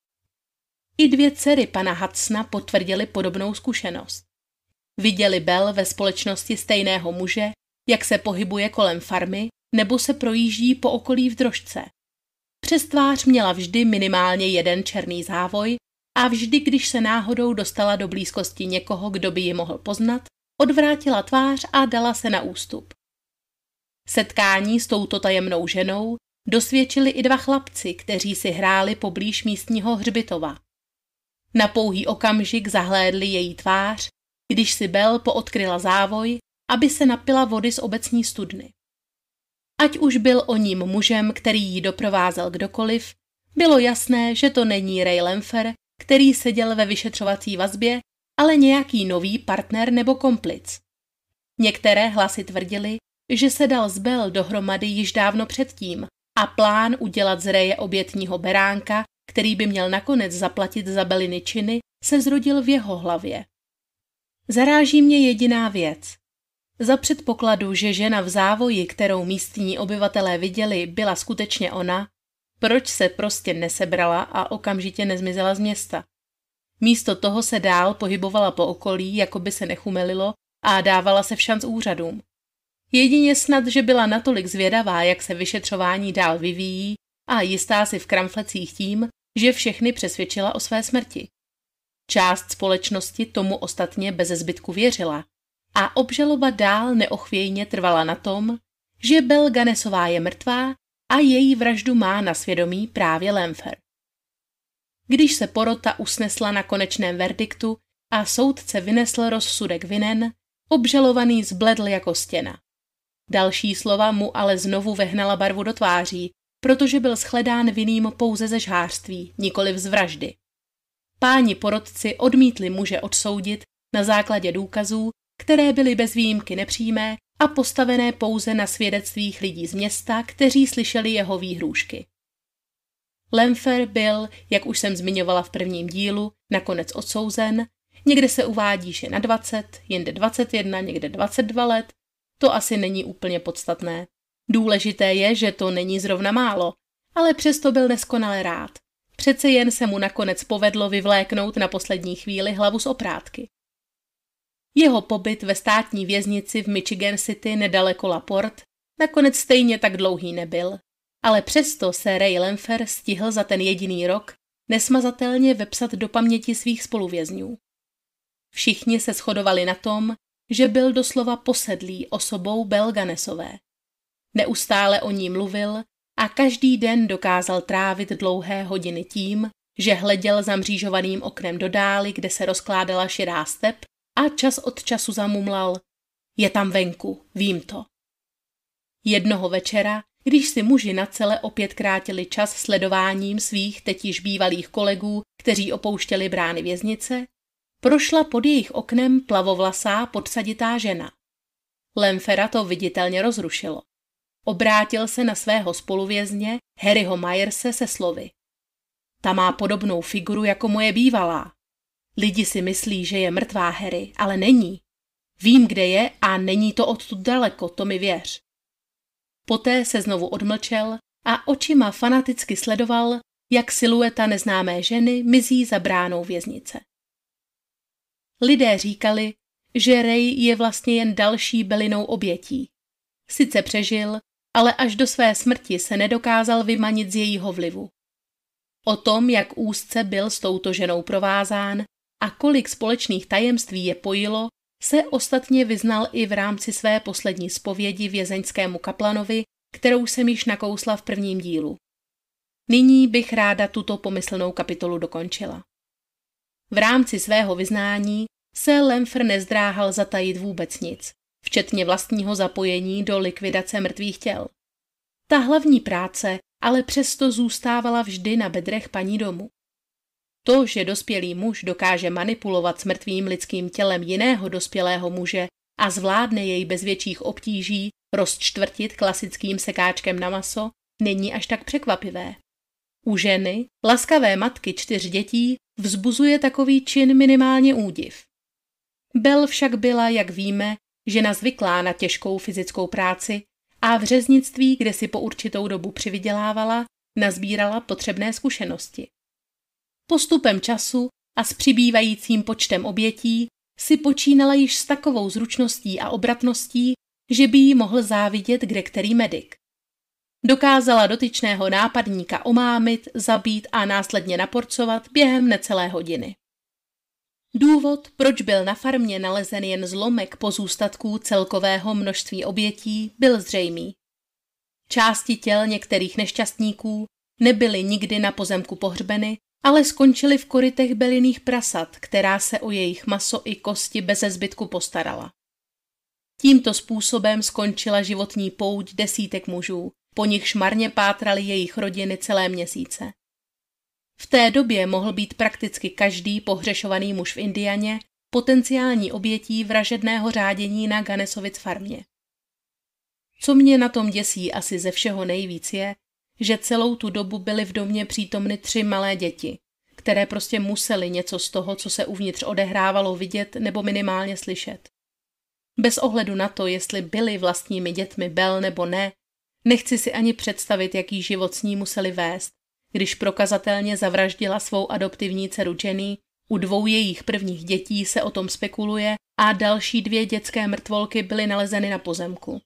I 2 dcery pana Hudsona potvrdily podobnou zkušenost. Viděli Belle ve společnosti stejného muže, jak se pohybuje kolem farmy nebo se projíždí po okolí v drožce. Přes tvář měla vždy minimálně 1 černý závoj a vždy, když se náhodou dostala do blízkosti někoho, kdo by ji mohl poznat, odvrátila tvář a dala se na ústup. Setkání s touto tajemnou ženou dosvědčili i 2 chlapci, kteří si hráli poblíž místního hřbitova. Na pouhý okamžik zahlédli její tvář, když si Belle poodkryla závoj, aby se napila vody z obecní studny. Ať už byl oním mužem, který ji doprovázel kdokoliv, bylo jasné, že to není Ray Lamphere, který seděl ve vyšetřovací vazbě, ale nějaký nový partner nebo komplic. Některé hlasy tvrdily, že se dal s Belle dohromady již dávno předtím a plán udělat z Raye obětního beránka, který by měl nakonec zaplatit za Belliny činy, se zrodil v jeho hlavě. Zaráží mě jediná věc. Za předpokladu, že žena v závoji, kterou místní obyvatelé viděli, byla skutečně ona, proč se prostě nesebrala a okamžitě nezmizela z města? Místo toho se dál pohybovala po okolí, jako by se nechumelilo a dávala se všanc úřadům. Jedině snad, že byla natolik zvědavá, jak se vyšetřování dál vyvíjí a jistá si v kramflecích tím, že všechny přesvědčila o své smrti. Část společnosti tomu ostatně beze zbytku věřila a obžaloba dál neochvějně trvala na tom, že Belle Gunnessová je mrtvá a její vraždu má na svědomí právě Lamphere. Když se porota usnesla na konečném verdiktu a soudce vynesl rozsudek vinen, obžalovaný zbledl jako stěna. Další slova mu ale znovu vehnala barvu do tváří, protože byl shledán vinným pouze ze žhářství, nikoliv z vraždy. Páni porotci odmítli muže odsoudit na základě důkazů, které byly bez výjimky nepřímé a postavené pouze na svědectvích lidí z města, kteří slyšeli jeho výhrůžky. Lamphere byl, jak už jsem zmiňovala v prvním dílu, nakonec odsouzen, někde se uvádí, že na 20, jinde 21, někde 22 let, to asi není úplně podstatné. Důležité je, že to není zrovna málo, ale přesto byl neskonale rád. Přece jen se mu nakonec povedlo vyvléknout na poslední chvíli hlavu z oprátky. Jeho pobyt ve státní věznici v Michigan City nedaleko LaPorte nakonec stejně tak dlouhý nebyl, ale přesto se Ray Lamphere stihl za ten jediný rok nesmazatelně vepsat do paměti svých spoluvězňů. Všichni se shodovali na tom, že byl doslova posedlý osobou Belle Gunnessové. Neustále o ní mluvil a každý den dokázal trávit dlouhé hodiny tím, že hleděl zamřížovaným oknem do dály, kde se rozkládala širá step a čas od času zamumlal: je tam venku, vím to. Jednoho večera, když si muži na cele opět krátili čas sledováním svých teď již bývalých kolegů, kteří opouštěli brány věznice, prošla pod jejich oknem plavovlasá podsaditá žena. Lamphera to viditelně rozrušilo. Obrátil se na svého spoluvězně Harryho Myerse se slovy: ta má podobnou figuru jako moje bývalá. Lidi si myslí, že je mrtvá, Harry, ale není. Vím, kde je a není to odtud daleko, to mi věř. Poté se znovu odmlčel a očima fanaticky sledoval, jak silueta neznámé ženy mizí za bránou věznice. Lidé říkali, že Ray je vlastně jen další Bellinou obětí. Sice přežil, ale až do své smrti se nedokázal vymanit z jejího vlivu. O tom, jak úzce byl s touto ženou provázán a kolik společných tajemství je pojilo, se ostatně vyznal i v rámci své poslední zpovědi vězeňskému kaplanovi, kterou jsem již nakousla v prvním dílu. Nyní bych ráda tuto pomyslnou kapitolu dokončila. V rámci svého vyznání se Lamphere nezdráhal zatajit vůbec nic, včetně vlastního zapojení do likvidace mrtvých těl. Ta hlavní práce ale přesto zůstávala vždy na bedrech paní domu. To, že dospělý muž dokáže manipulovat s mrtvým lidským tělem jiného dospělého muže a zvládne jej bez větších obtíží rozčtvrtit klasickým sekáčkem na maso, není až tak překvapivé. U ženy, laskavé matky 4 dětí, vzbuzuje takový čin minimálně údiv. Belle však byla, jak víme, žena zvyklá na těžkou fyzickou práci a v řeznictví, kde si po určitou dobu přivydělávala, nazbírala potřebné zkušenosti. Postupem času a s přibývajícím počtem obětí si počínala již s takovou zručností a obratností, že by jí mohl závidět kdekterý medik. Dokázala dotyčného nápadníka omámit, zabít a následně naporcovat během necelé hodiny. Důvod, proč byl na farmě nalezen jen zlomek pozůstatků celkového množství obětí, byl zřejmý. Části těl některých nešťastníků nebyly nikdy na pozemku pohřbeny, ale skončily v korytech bylinných prasat, která se o jejich maso i kosti beze zbytku postarala. Tímto způsobem skončila životní pouť desítek mužů, po nichž marně pátraly jejich rodiny celé měsíce. V té době mohl být prakticky každý pohřešovaný muž v Indianě potenciální obětí vražedného řádění na Ganesovic farmě. Co mě na tom děsí asi ze všeho nejvíc je, že celou tu dobu byly v domě přítomny 3 malé děti, které prostě musely něco z toho, co se uvnitř odehrávalo, vidět nebo minimálně slyšet. Bez ohledu na to, jestli byly vlastními dětmi Belle nebo ne, nechci si ani představit, jaký život s ní museli vést, když prokazatelně zavraždila svou adoptivní dceru Jenny, u 2 jejich prvních dětí se o tom spekuluje a další 2 dětské mrtvolky byly nalezeny na pozemku.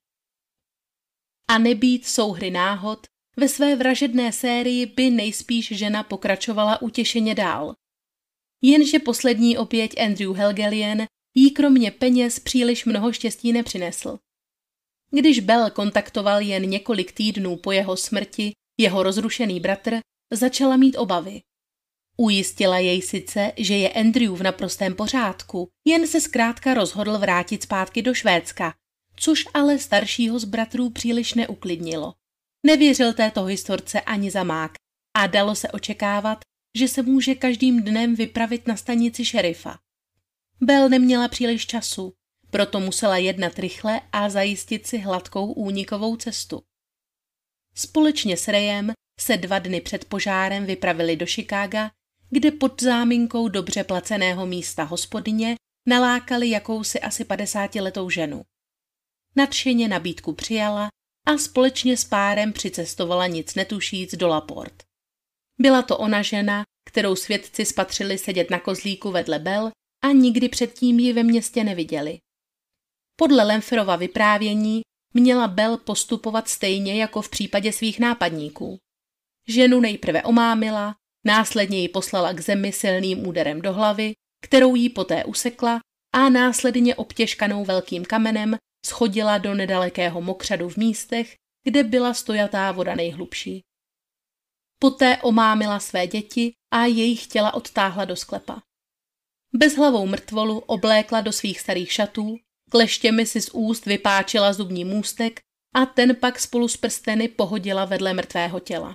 A nebýt souhry náhod, ve své vražedné sérii by nejspíš žena pokračovala utěšeně dál. Jenže poslední oběť Andrew Helgelien jí kromě peněz příliš mnoho štěstí nepřinesl. Když Belle kontaktoval jen několik týdnů po jeho smrti jeho rozrušený bratr, začala mít obavy. Ujistila jej sice, že je Andrew v naprostém pořádku, jen se zkrátka rozhodl vrátit zpátky do Švédska, což ale staršího z bratrů příliš neuklidnilo. Nevěřil této historce ani za mák a dalo se očekávat, že se může každým dnem vypravit na stanici šerifa. Belle neměla příliš času, proto musela jednat rychle a zajistit si hladkou únikovou cestu. Společně s Rayem se 2 dny před požárem vypravili do Chicaga, kde pod záminkou dobře placeného místa hospodyně nalákali jakousi asi 50letou ženu. Nadšeně nabídku přijala a společně s párem přicestovala nic netušíc do LaPorte. Byla to ona žena, kterou svědci spatřili sedět na kozlíku vedle Belle a nikdy předtím ji ve městě neviděli. Podle Lemferova vyprávění měla Belle postupovat stejně jako v případě svých nápadníků. Ženu nejprve omámila, následně ji poslala k zemi silným úderem do hlavy, kterou jí poté usekla a následně obtěžkanou velkým kamenem schodila do nedalekého mokřadu v místech, kde byla stojatá voda nejhlubší. Poté omámila své děti a jejich těla odtáhla do sklepa. Bezhlavou mrtvolu oblékla do svých starých šatů, kleštěmi si z úst vypáčila zubní můstek a ten pak spolu s prsteny pohodila vedle mrtvého těla.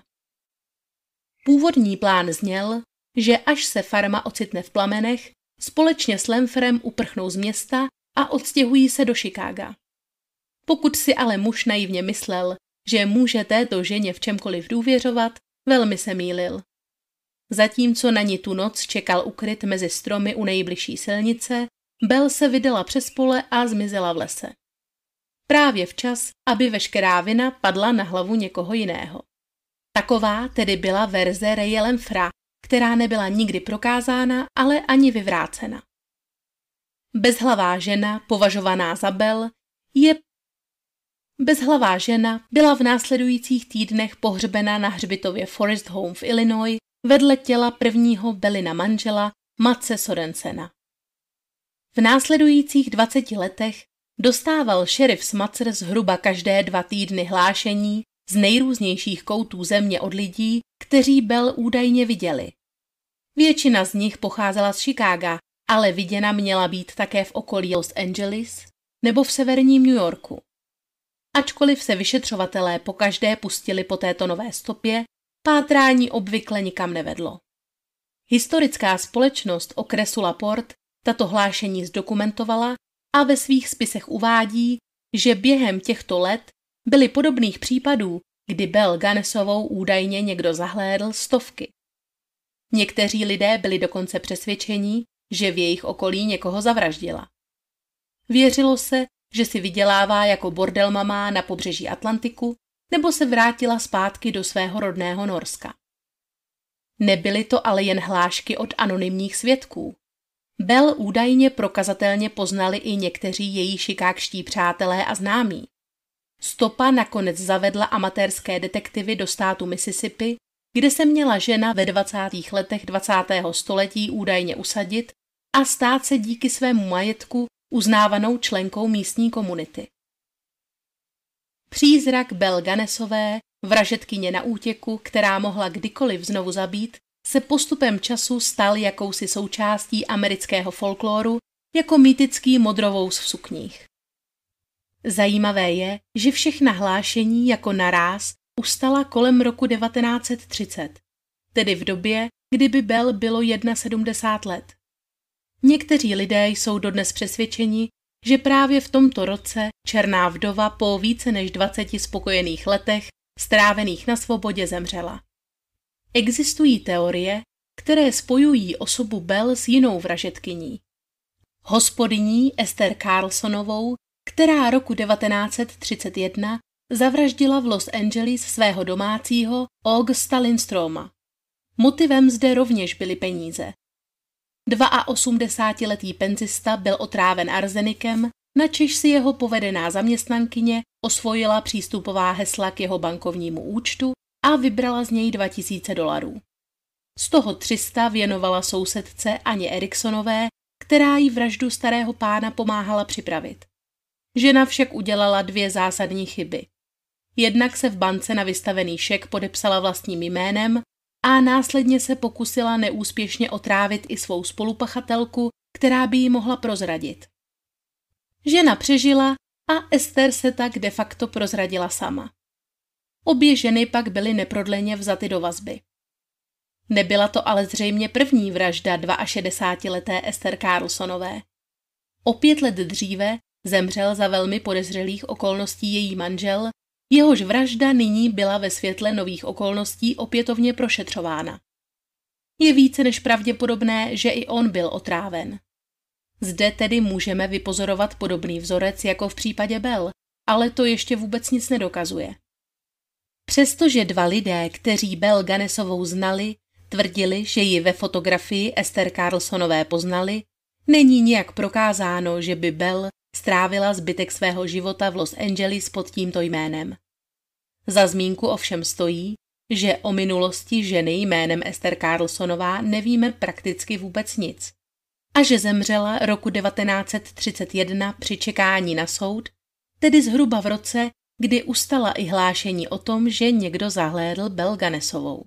Původní plán zněl, že až se farma ocitne v plamenech, společně s Lemferem uprchnou z města a odstěhují se do Chicaga. Pokud si ale muž naivně myslel, že může této ženě v čemkoliv důvěřovat, velmi se mýlil. Zatímco na ní tu noc čekal ukryt mezi stromy u nejbližší silnice, Belle se vydala přes pole a zmizela v lese. Právě včas, aby veškerá vina padla na hlavu někoho jiného. Taková tedy byla verze Raye Lemfera, která nebyla nikdy prokázána, ale ani vyvrácena. Bezhlavá žena, považovaná za Belle, Bezhlavá žena byla v následujících týdnech pohřbena na hřbitově Forest Home v Illinois vedle těla prvního Bellina manžela Matse Sorensena. V následujících 20 letech dostával šerif Smuts zhruba každé 2 týdny hlášení z nejrůznějších koutů země od lidí, kteří Belle údajně viděli. Většina z nich pocházela z Chicaga, ale viděna měla být také v okolí Los Angeles nebo v severním New Yorku. Ačkoliv se vyšetřovatelé pokaždé pustili po této nové stopě, pátrání obvykle nikam nevedlo. Historická společnost okresu LaPorte tato hlášení zdokumentovala a ve svých spisech uvádí, že během těchto let byly podobných případů, kdy Belle Gunnessovou údajně někdo zahlédl, stovky. Někteří lidé byli dokonce přesvědčeni, že v jejich okolí někoho zavraždila. Věřilo se, že si vydělává jako bordelmamá na pobřeží Atlantiku nebo se vrátila zpátky do svého rodného Norska. Nebyly to ale jen hlášky od anonymních svědků. Belle údajně prokazatelně poznali i někteří její chicagští přátelé a známí. Stopa nakonec zavedla amatérské detektivy do státu Mississippi, kde se měla žena ve 20. letech 20. století údajně usadit a stát se díky svému majetku uznávanou členkou místní komunity. Přízrak Belle Gunnessové, vražedkyně na útěku, která mohla kdykoliv znovu zabít, se postupem času stal jakousi součástí amerického folkloru jako mýtický modrovous v sukních. Zajímavé je, že všechna hlášení jako naráz ustala kolem roku 1930, tedy v době, kdy by Belle bylo 71 let. Někteří lidé jsou dodnes přesvědčeni, že právě v tomto roce černá vdova po více než 20 spokojených letech strávených na svobodě zemřela. Existují teorie, které spojují osobu Belle s jinou vražedkyní. Hospodyní Esther Carlsonovou, která roku 1931 zavraždila v Los Angeles svého domácího Augusta Lindstroma. Motivem zde rovněž byly peníze. 82letý penzista byl otráven arzenikem, načež si jeho povedená zaměstnankyně osvojila přístupová hesla k jeho bankovnímu účtu a vybrala z něj $2000. Z toho 300 věnovala sousedce Aně Eriksonové, která jí vraždu starého pána pomáhala připravit. Žena však udělala 2 zásadní chyby. Jednak se v bance na vystavený šek podepsala vlastním jménem a následně se pokusila neúspěšně otrávit i svou spolupachatelku, která by ji mohla prozradit. Žena přežila a Esther se tak de facto prozradila sama. Obě ženy pak byly neprodleně vzaty do vazby. Nebyla to ale zřejmě první vražda 62leté Esther Carlsonové. O 5 let dříve zemřel za velmi podezřelých okolností její manžel, jehož vražda nyní byla ve světle nových okolností opětovně prošetřována. Je více než pravděpodobné, že i on byl otráven. Zde tedy můžeme vypozorovat podobný vzorec jako v případě Belle, ale to ještě vůbec nic nedokazuje. Přestože 2 lidé, kteří Belle Gunnessovou znali, tvrdili, že ji ve fotografii Esther Carlsonové poznali, není nijak prokázáno, že by Belle strávila zbytek svého života v Los Angeles pod tímto jménem. Za zmínku ovšem stojí, že o minulosti ženy jménem Esther Carlsonová nevíme prakticky vůbec nic a že zemřela roku 1931 při čekání na soud, tedy zhruba v roce, kdy ustala i hlášení o tom, že někdo zahlédl Belle Gunnessovou.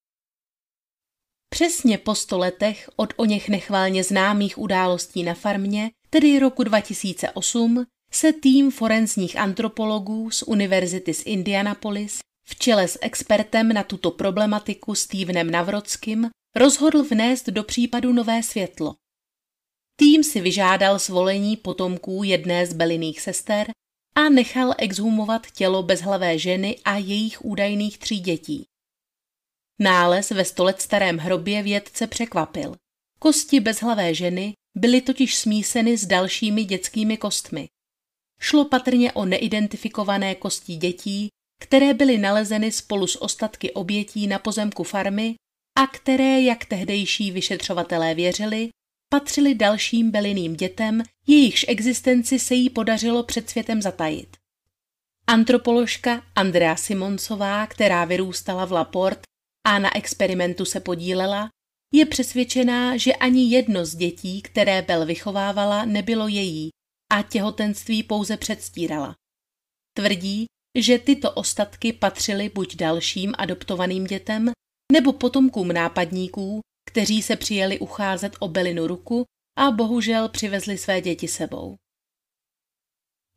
Přesně po 100 letech od oněch nechvalně známých událostí na farmě, tedy roku 2008, se tým forenzních antropologů z Univerzity z Indianapolis v čele s expertem na tuto problematiku Stevenem Navrockým rozhodl vnést do případu nové světlo. Tým si vyžádal svolení potomků jedné z Belliných sester a nechal exhumovat tělo bezhlavé ženy a jejich údajných 3 dětí. Nález ve 100 let starém hrobě vědce překvapil. Kosti bezhlavé ženy byly totiž smíseny s dalšími dětskými kostmi. Šlo patrně o neidentifikované kosti dětí, které byly nalezeny spolu s ostatky obětí na pozemku farmy a které, jak tehdejší vyšetřovatelé věřili, patřily dalším Belliným dětem, jejichž existenci se jí podařilo před světem zatajit. Antropoložka Andrea Simonsová, která vyrůstala v LaPorte a na experimentu se podílela, je přesvědčená, že ani jedno z dětí, které Belle vychovávala, nebylo její a těhotenství pouze předstírala. Tvrdí, že tyto ostatky patřily buď dalším adoptovaným dětem, nebo potomkům nápadníků, kteří se přijeli ucházet o Bellinu ruku a bohužel přivezli své děti sebou.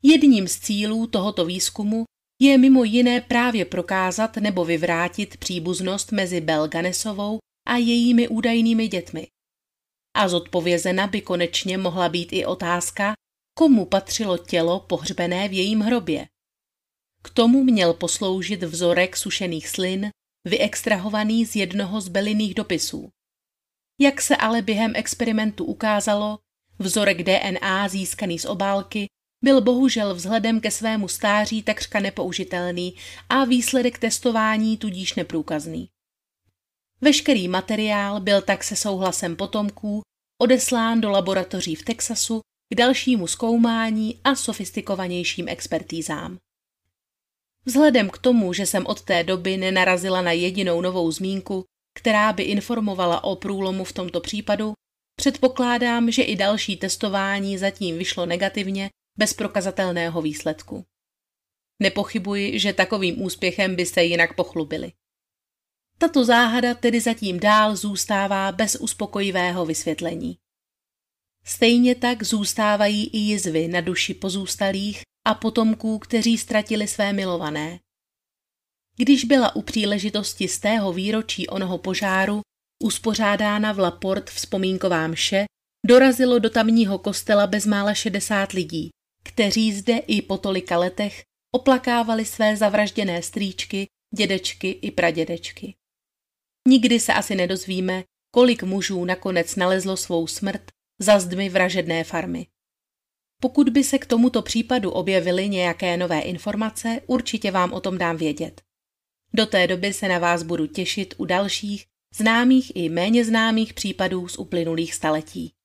Jedním z cílů tohoto výzkumu je mimo jiné právě prokázat nebo vyvrátit příbuznost mezi Belle Ganesovou a jejími údajnými dětmi. A zodpovězena by konečně mohla být i otázka, komu patřilo tělo pohřbené v jejím hrobě. K tomu měl posloužit vzorek sušených slin, vyextrahovaný z jednoho z Belliných dopisů. Jak se ale během experimentu ukázalo, vzorek DNA získaný z obálky byl bohužel vzhledem ke svému stáří takřka nepoužitelný a výsledek testování tudíž neprůkazný. Veškerý materiál byl tak se souhlasem potomků odeslán do laboratoří v Texasu k dalšímu zkoumání a sofistikovanějším expertízám. Vzhledem k tomu, že jsem od té doby nenarazila na jedinou novou zmínku, která by informovala o průlomu v tomto případu, předpokládám, že i další testování zatím vyšlo negativně, bez prokazatelného výsledku. Nepochybuji, že takovým úspěchem by se jinak pochlubili. Tato záhada tedy zatím dál zůstává bez uspokojivého vysvětlení. Stejně tak zůstávají i jizvy na duši pozůstalých a potomků, kteří ztratili své milované. Když byla u příležitosti 100. výročí onoho požáru uspořádána v La Porte vzpomínková mše, dorazilo do tamního kostela bezmála 60 lidí, kteří zde i po tolika letech oplakávali své zavražděné strýčky, dědečky i pradědečky. Nikdy se asi nedozvíme, kolik mužů nakonec nalezlo svou smrt za zdmi vražedné farmy. Pokud by se k tomuto případu objevily nějaké nové informace, určitě vám o tom dám vědět. Do té doby se na vás budu těšit u dalších, známých i méně známých případů z uplynulých staletí.